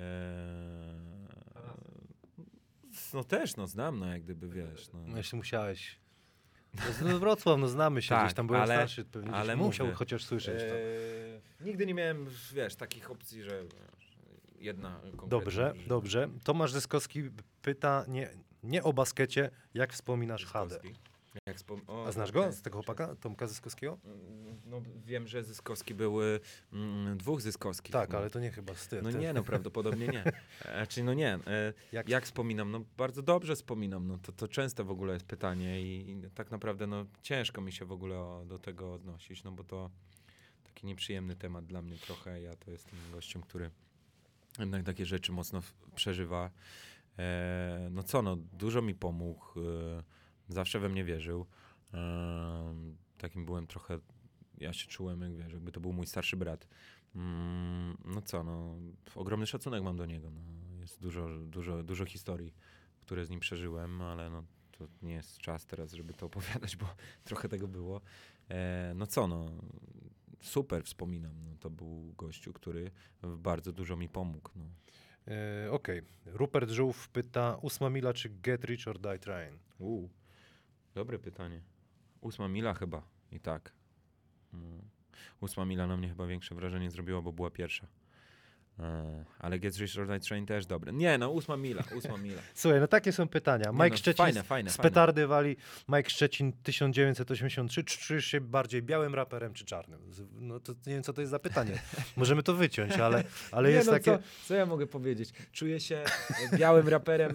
no też, no znam, no jak gdyby, wiesz, no. No jeśli musiałeś. No Wrocław, no znamy się, Tak, gdzieś tam byłem ale- starszy, pewnie ale gdzieś musiał mówię, chociaż słyszeć to. Nigdy nie miałem, wiesz, takich opcji, że jedna konkretna Dobrze, drużyna. dobrze. Tomasz Zyskowski pyta nie o baskecie, jak wspominasz Hadę. Zyskowski. O, A znasz okej. go, z tego chłopaka, Tomka Zyskowskiego? No wiem, że Zyskowski były dwóch Zyskowskich. Tak, no. ale to nie chyba z tym. No nie, no prawdopodobnie nie. Czyli no nie. Jak- Jak wspominam? No bardzo dobrze wspominam. No to często w ogóle jest pytanie i tak naprawdę no ciężko mi się w ogóle do tego odnosić, no bo to taki nieprzyjemny temat dla mnie trochę. Ja to jestem gościem, który jednak takie rzeczy mocno przeżywa. No co, no dużo mi pomógł. Zawsze we mnie wierzył. Takim byłem trochę, ja się czułem, jak wiesz, jakby to był mój starszy brat. No co, no ogromny szacunek mam do niego. No. Jest dużo historii, które z nim przeżyłem, ale no to nie jest czas teraz, żeby to opowiadać, bo trochę tego było. No co, no super wspominam. No, to był gościu, który bardzo dużo mi pomógł. No. Okej. Rupert Żółw pyta, 8 mila czy Get Rich or Die Trying? Dobre pytanie. 8 mila chyba i tak. 8 mila na mnie chyba większe wrażenie zrobiła, bo była pierwsza. Ale Get Rich or Die Train też dobre. Nie, no 8 mila. Słuchaj, no takie są pytania. Nie, Mike no, Szczecin fajne. z petardy wali. Mike Szczecin 1983. Czy czujesz się bardziej białym raperem czy czarnym? No to nie wiem, co to jest za pytanie. Możemy to wyciąć, ale Nie, jest no, takie... co ja mogę powiedzieć? Czuję się białym raperem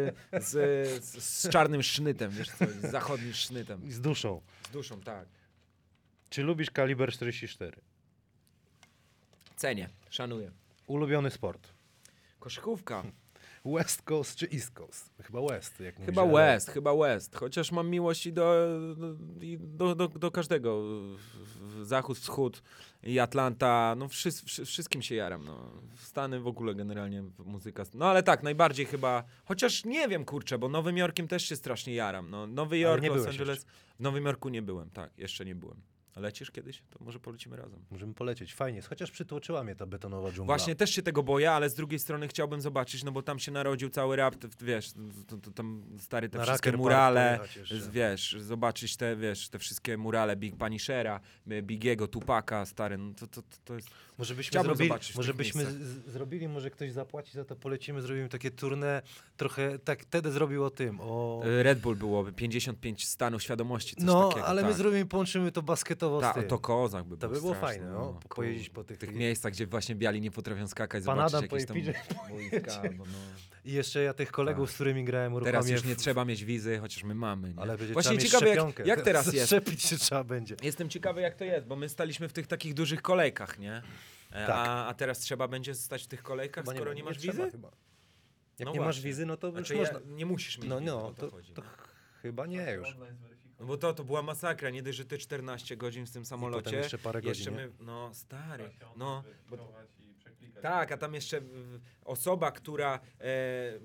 z czarnym sznytem, wiesz co, z zachodnim sznytem. Z duszą. Z duszą, tak. Czy lubisz kaliber 44? Cenię, szanuję. Ulubiony sport? Koszykówka. West Coast czy East Coast? Chyba West, jak mówisz, Chyba West. Chociaż mam miłość i do każdego. Zachód, wschód i Atlanta. No wszystkim się jaram. No. Stany w ogóle generalnie muzyka. No ale tak, najbardziej chyba. Chociaż nie wiem, kurczę, bo Nowym Jorkiem też się strasznie jaram. No, Nowy Jork, nie Los byłeś Angeles. W Nowym Jorku nie byłem, tak, jeszcze nie byłem. A lecisz kiedyś? To może polecimy razem. Możemy polecieć. Fajnie. Chociaż przytłoczyła mnie ta betonowa dżungla. Właśnie też się tego boję, ale z drugiej strony chciałbym zobaczyć, no bo tam się narodził cały rap, wiesz, to tam stary te Na wszystkie Rocker Park murale, pojechać jeszcze. wiesz, zobaczyć te wszystkie murale Big Punishera, Bigiego, Tupaka, stary, no to jest... Może byśmy Chciałbym zrobili, zobaczyć w może tych byśmy miejscach. zrobili, może ktoś zapłaci za to, polecimy, zrobimy takie tournée, trochę, tak Tedy zrobił o tym, o... Red Bull byłoby, 55 stanów świadomości, coś No, takiego. ale my tak. zrobimy, połączymy to basketowo z tym. To kozak by To był by było straszny, fajne, no, pojeździć po tych- tych miejscach, gdzie właśnie biali nie potrafią skakać, Pan zobaczyć Adam jakieś tam pojedzie- boiska, albo no... I jeszcze ja tych kolegów, Tak. z którymi grałem, uruchomię... Teraz już nie trzeba mieć wizy, chociaż my mamy. Nie? Ale będzie Właśnie trzeba mieć ciekawe, szczepionkę. jak teraz jest. Szczepić się trzeba będzie. Jestem ciekawy, jak to jest, bo my staliśmy w tych takich dużych kolejkach, nie? Tak. A teraz trzeba będzie stać w tych kolejkach, Chyba skoro nie masz trzeba wizy? chyba. Jak No nie masz właśnie. wizy, no to Znaczy, już można... nie musisz mieć No, wizy, no, o to chodzi. to nie? chyba nie już. Online zweryfikować. No bo to była masakra, nie dość, że ty 14 godzin w tym samolocie. potem jeszcze parę godzin, nie? no stary, Trzeba się no. weryfikować i przeklikać. Tak, a tam jeszcze osoba, która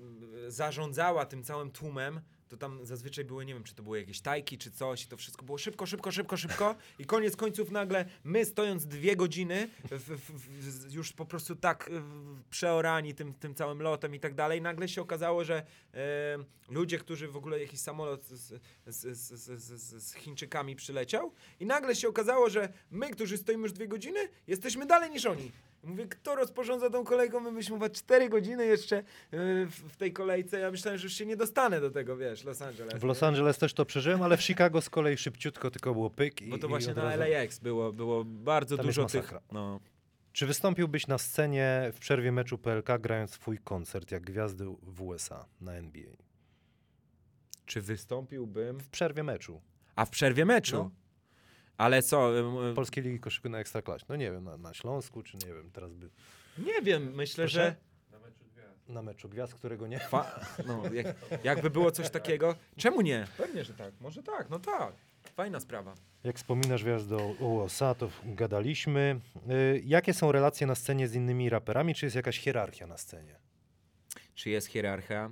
zarządzała tym całym tłumem, to tam zazwyczaj były, nie wiem, czy to były jakieś tajki, czy coś, i to wszystko było szybko i koniec końców nagle my, stojąc 2 godziny, już po prostu tak przeorani tym całym lotem i tak dalej, nagle się okazało, że ludzie, którzy w ogóle jakiś samolot z Chińczykami przyleciał i nagle się okazało, że my, którzy stoimy już 2 godziny, jesteśmy dalej niż oni. Mówię, kto rozporządza tą kolejką? My byśmy chyba 4 godziny jeszcze w tej kolejce. Ja myślałem, że już się nie dostanę do tego, wiesz, Los Angeles. W Los Angeles też to przeżyłem, ale w Chicago z kolei szybciutko tylko było pyk. Bo to i właśnie od na razu... LAX było bardzo Tam dużo jest tych... masakra. No. Czy wystąpiłbyś na scenie w przerwie meczu PLK, grając swój koncert jak gwiazdy w USA na NBA? Czy wystąpiłbym... W przerwie meczu. A w przerwie meczu? No. Ale co? Polskiej Ligi Koszyku na Ekstraklasie. No nie wiem, na Śląsku, czy nie wiem, teraz by... Nie wiem, myślę, Proszę? że... Na meczu gwiazd. Na meczu gwiazd, którego nie... No, jakby było coś takiego. Czemu nie? Pewnie, że tak. Może tak, no tak. Fajna sprawa. Jak wspominasz wjazd do USA, to gadaliśmy. Jakie są relacje na scenie z innymi raperami? Czy jest jakaś hierarchia na scenie? Czy jest hierarchia?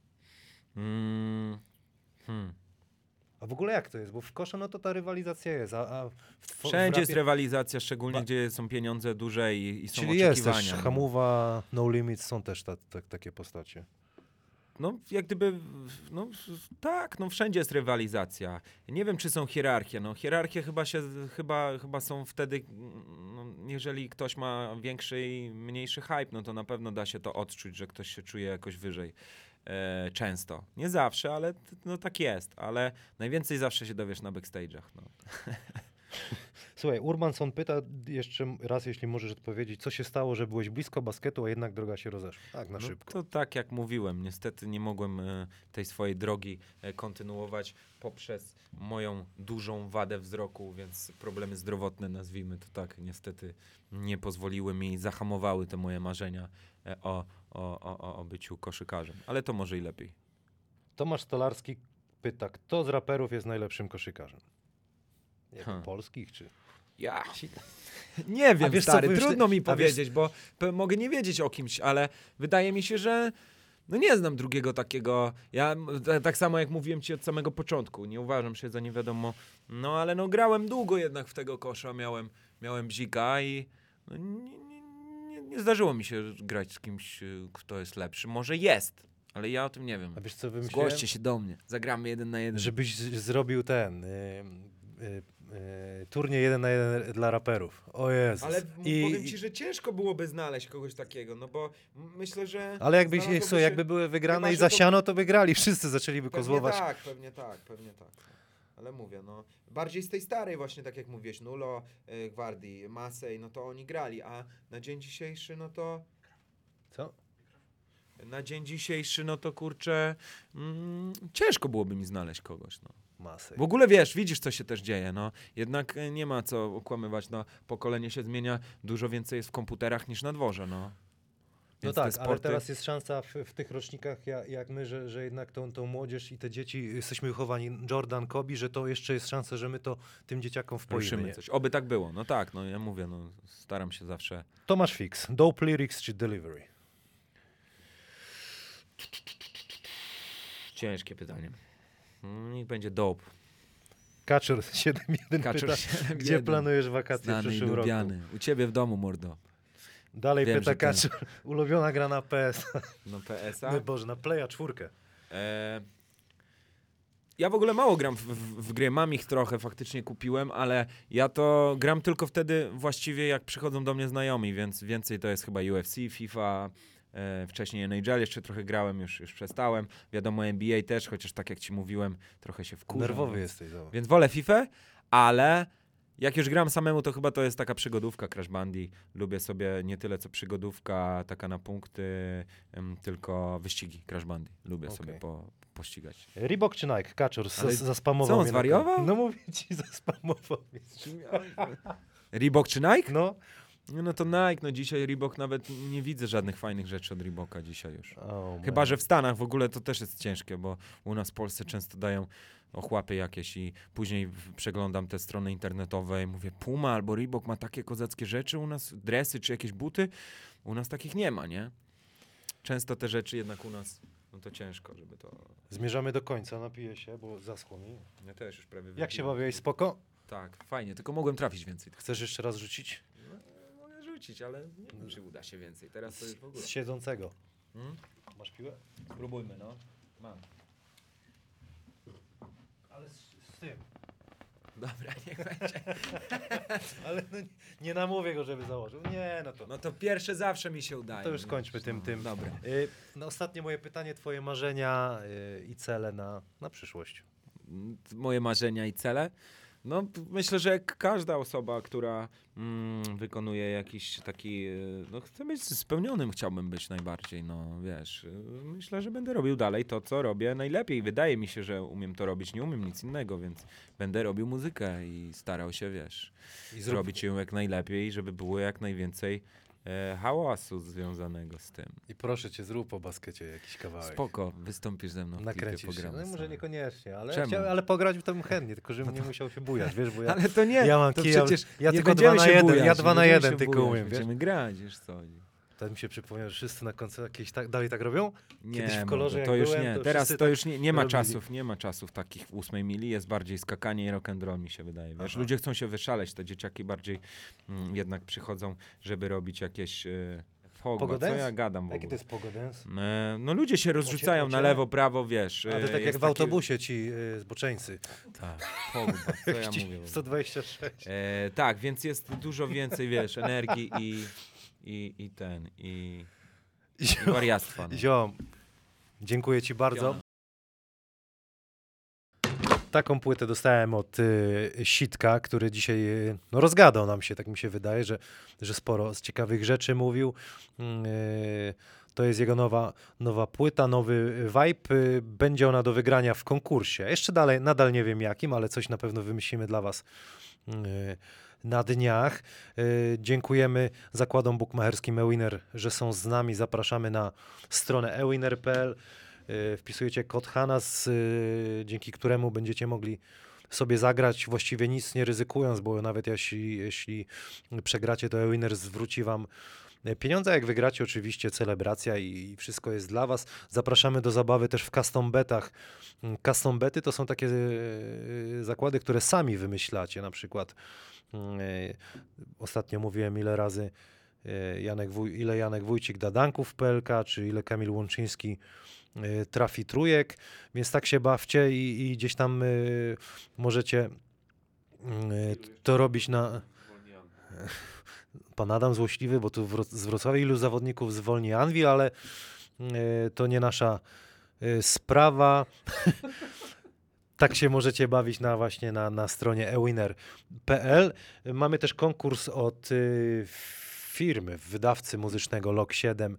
A w ogóle jak to jest? Bo w koszu no to ta rywalizacja jest, a Wszędzie jest rapie- rywalizacja, szczególnie gdzie są pieniądze duże i są Czyli jest oczekiwania. też no. Hamuwa, No Limits są też takie postacie. No, jak gdyby, no tak, no wszędzie jest rywalizacja. Nie wiem, czy są hierarchie. No, hierarchie chyba są wtedy, no, jeżeli ktoś ma większy i mniejszy hype, no to na pewno da się to odczuć, że ktoś się czuje jakoś wyżej. Często. Nie zawsze, ale no tak jest. Ale najwięcej zawsze się dowiesz na backstage'ach. No. Słuchaj, Urbanson pyta jeszcze raz, jeśli możesz odpowiedzieć, co się stało, że byłeś blisko basketu, a jednak droga się rozeszła. Tak, na No szybko. to tak jak mówiłem, niestety nie mogłem tej swojej drogi kontynuować poprzez moją dużą wadę wzroku, więc problemy zdrowotne, nazwijmy to tak, niestety nie pozwoliły mi, zahamowały te moje marzenia o byciu koszykarzem. Ale to może i lepiej. Tomasz Stolarski pyta, kto z raperów jest najlepszym koszykarzem? Nie wiem, polskich czy... Ja. Nie wiem, wiesz co, stary, myślę- trudno mi a wiesz- powiedzieć, bo mogę nie wiedzieć o kimś, ale wydaje mi się, że no nie znam drugiego takiego. Ja tak samo jak mówiłem ci od samego początku, nie uważam się za nie wiadomo, no ale no grałem długo jednak w tego kosza, miałem bzika i no, nie zdarzyło mi się grać z kimś, kto jest lepszy. Może jest, ale ja o tym nie wiem. A wiesz co wymyśliłem? Zgłoście się do mnie, zagramy 1 na 1. Żebyś zrobił ten... turniej 1 na 1 dla raperów. O Jezus. Ale powiem ci, że ciężko byłoby znaleźć kogoś takiego, no bo myślę, że... Ale znalazłoby się- jakby były wygrane Chyba, i że to- zasiano, to wygrali. Wszyscy zaczęliby kozłować. Pewnie tak. Ale mówię, no, bardziej z tej starej właśnie, tak jak mówiłeś, Nulo, Gwardii, Masej, no to oni grali, a na dzień dzisiejszy, no to... Co? Na dzień dzisiejszy, no to kurczę, ciężko byłoby mi znaleźć kogoś, no. Masy. W ogóle wiesz, widzisz co się też dzieje, no. Jednak nie ma co okłamywać, no. Pokolenie się zmienia, dużo więcej jest w komputerach niż na dworze, no. No Więc tak, te ale sporty... teraz jest szansa w tych rocznikach jak my, że jednak tą młodzież i te dzieci jesteśmy wychowani Jordan, Kobe, że to jeszcze jest szansa, że my to tym dzieciakom wpoimy. Ruszymy Nie? coś. Oby tak było, no tak, no ja mówię, no staram się zawsze. Tomasz Fix, dope lyrics czy delivery? Ciężkie pytanie. Niech będzie dope. Kaczor 7-1 Kaczor pyta, 7-1. gdzie planujesz wakacje w Znany i przyszłym roku? lubiany. U ciebie w domu, mordo. Dalej Wiem, pyta że ten- Kaczor, ulubiona gra na PS. No PS-a. No Boże, na Playa 4. Ja w ogóle mało gram w gry, mam ich trochę, faktycznie kupiłem, ale ja to gram tylko wtedy właściwie jak przychodzą do mnie znajomi, więc więcej to jest chyba UFC, FIFA, wcześniej NHL jeszcze trochę grałem, już przestałem. Wiadomo NBA też, chociaż tak jak ci mówiłem, trochę się wkurzam. Nerwowy więc- jesteś. Zobacz. Więc wolę FIFA, ale jak już gram samemu, to chyba to jest taka przygodówka Crash Bandy. Lubię sobie nie tyle co przygodówka taka na punkty, tylko wyścigi Crash Bandy. Lubię Okej. sobie pościgać. Reebok czy Nike? Kaczor Ale zaspamował co, on mnie na zwariował? koniec. No mówię ci, zaspamował mnie. Reebok czy Nike? No. No to Nike, no dzisiaj Reebok nawet nie widzę żadnych fajnych rzeczy od Reeboka dzisiaj już. Oh, Chyba, że w Stanach w ogóle to też jest ciężkie, bo u nas w Polsce często dają ochłapy jakieś i później przeglądam te strony internetowe i mówię, Puma albo Reebok ma takie kozackie rzeczy u nas, dresy czy jakieś buty, u nas takich nie ma, nie? Często te rzeczy jednak u nas no to ciężko, żeby to... Zmierzamy do końca, napiję się, bo zaschło mi. Ja też już prawie Jak się wypiłem. bawiłeś? Spoko? Tak, fajnie, tylko mogłem trafić więcej. Chcesz jeszcze raz rzucić? No, mogę rzucić, ale nie wiem, czy uda się więcej. Teraz to już w ogóle. Z siedzącego. Hmm? Masz piłę? Spróbujmy, no. Mam. Ale z tym. Dobra, niech będzie. Ale no, nie namówię go, żeby założył. Nie, no to... No to pierwsze zawsze mi się udaje. To już wiesz, skończmy tym. Dobra. No, ostatnie moje pytanie, twoje marzenia i cele na przyszłość. Moje marzenia i cele? No, myślę, że jak każda osoba, która wykonuje jakiś taki, no chcę być spełnionym, chciałbym być najbardziej, no wiesz, myślę, że będę robił dalej to, co robię najlepiej. Wydaje mi się, że umiem to robić, nie umiem nic innego, więc będę robił muzykę i starał się, wiesz, I zrobić ją jak najlepiej, żeby było jak najwięcej hałasu związanego z tym. I proszę cię, zrób po baskecie jakiś kawałek. Spoko, wystąpisz ze mną w klipie, Nakręcisz się. pogramy No może sobie. niekoniecznie, ale, Czemu? ale pograć to bym chętnie, tylko żebym nie musiał się bujać, wiesz, bo ja, Ale to nie, ja mam to kij, przecież ja nie tylko będziemy 2 na się 1, bujać, ja nie 2 na będziemy 1 się tylko bujać, umiem, wiesz. Będziemy grać, wiesz co. To mi się przypomniał, że wszyscy na koncertach jakieś dalej tak robią? Nie, Kiedyś w mordo, kolorze to jak już byłem, nie. to Teraz wszyscy to tak już nie ma robili. czasów, nie ma czasów takich w 8 mili, jest bardziej skakanie i rock'n'roll mi się wydaje. Wiesz, Aha. ludzie chcą się wyszaleć, te dzieciaki bardziej jednak przychodzą, żeby robić jakieś pogo, Pogo co dance? ja gadam w Jaki to ogóle. jest pogo dance? No ludzie się rozrzucają na ocie? lewo, prawo, wiesz. A to tak jak jest w autobusie ci zboczeńcy. Tak, pogo, co ja mówię. w ogóle. 126. Tak, więc jest dużo więcej, wiesz, energii i wariactwa. No. Ziom, dziękuję ci bardzo. Taką płytę dostałem od Sitka, który dzisiaj no, rozgadał nam się, tak mi się wydaje, że sporo z ciekawych rzeczy mówił. To jest jego nowa płyta, nowy vibe. Będzie ona do wygrania w konkursie. Jeszcze dalej, nadal nie wiem jakim, ale coś na pewno wymyślimy dla was na dniach. Dziękujemy zakładom bukmacherskim eWinner, że są z nami. Zapraszamy na stronę ewinner.pl. Wpisujecie kod HANAS, dzięki któremu będziecie mogli sobie zagrać, właściwie nic nie ryzykując, bo nawet jeśli przegracie, to eWinner zwróci wam pieniądze. Jak wygracie, oczywiście celebracja i wszystko jest dla was. Zapraszamy do zabawy też w custom betach. Custom bety to są takie zakłady, które sami wymyślacie. Na przykład ostatnio mówiłem ile razy ile Janek Wójcik da danków w PLK, czy ile Kamil Łączyński trafi trójek, więc tak się bawcie i gdzieś tam możecie to robić na... Pan Adam złośliwy, bo tu z Wrocławia ilu zawodników zwolni Anwil, ale to nie nasza sprawa. Tak się możecie bawić właśnie na stronie ewinner.pl. Mamy też konkurs od firmy, wydawcy muzycznego Lok 7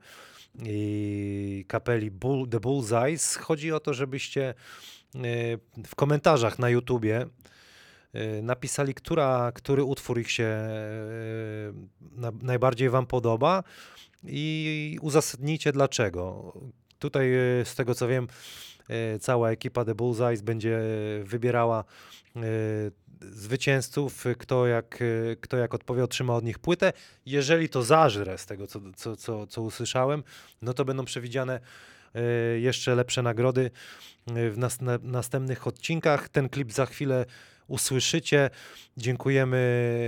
i kapeli The Bullseyes. Chodzi o to, żebyście w komentarzach na YouTubie napisali, który utwór ich się najbardziej wam podoba i uzasadnijcie dlaczego. Tutaj z tego co wiem, cała ekipa The Bullseyes będzie wybierała zwycięzców, kto jak odpowie, otrzyma od nich płytę. Jeżeli to zażre z tego, co usłyszałem, no to będą przewidziane jeszcze lepsze nagrody w następnych odcinkach. Ten klip za chwilę usłyszycie. Dziękujemy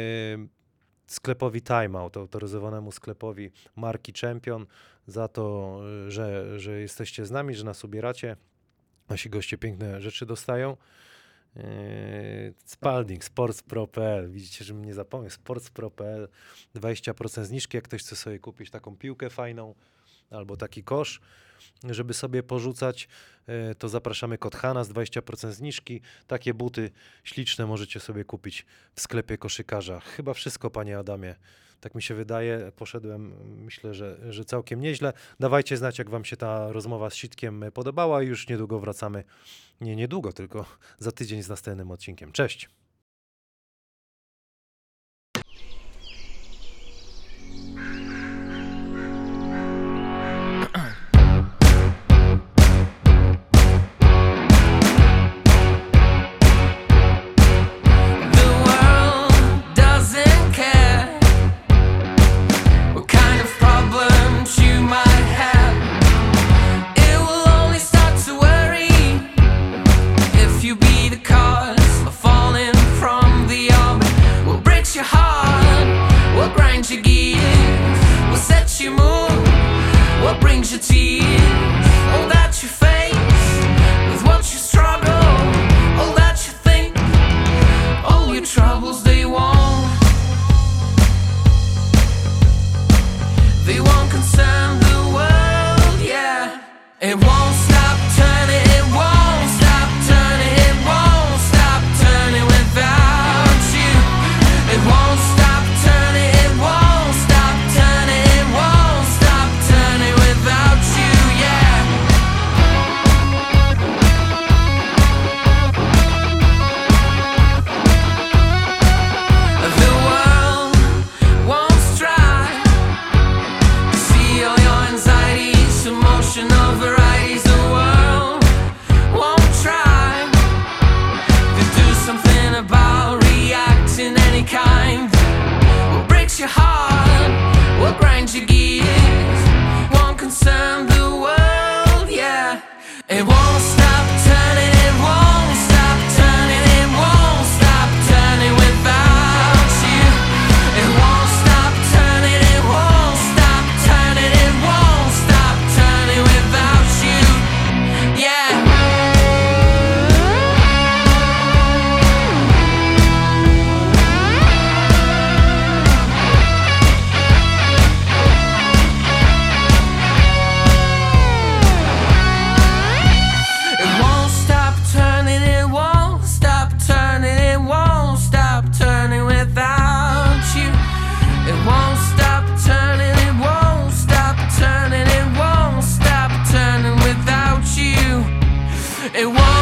sklepowi Timeout, autoryzowanemu sklepowi marki Champion, za to, że jesteście z nami, że nas ubieracie. Nasi goście piękne rzeczy dostają. Spalding, sportspro.pl. Widzicie, żebym nie zapomniał. Sportspro.pl, 20% zniżki, jak ktoś chce sobie kupić taką piłkę fajną albo taki kosz, żeby sobie porzucać, to zapraszamy kod HANAS, 20% zniżki. Takie buty śliczne możecie sobie kupić w sklepie koszykarza. Chyba wszystko, panie Adamie. Tak mi się wydaje. Poszedłem, myślę, że całkiem nieźle. Dawajcie znać, jak wam się ta rozmowa z Sitkiem podobała i już niedługo wracamy. Nie niedługo, tylko za tydzień z następnym odcinkiem. Cześć! What kind of problems you might have, it will only It won't stop turning, it won't stop turning, it won't stop turning without you. It won't stop turning, it won't stop turning, it won't stop turning without you. Yeah. It won't stop turning, it won't stop turning, it won't stop turning without you. It won't stop turning, it won't stop turning, it won't stop turning without you. It won't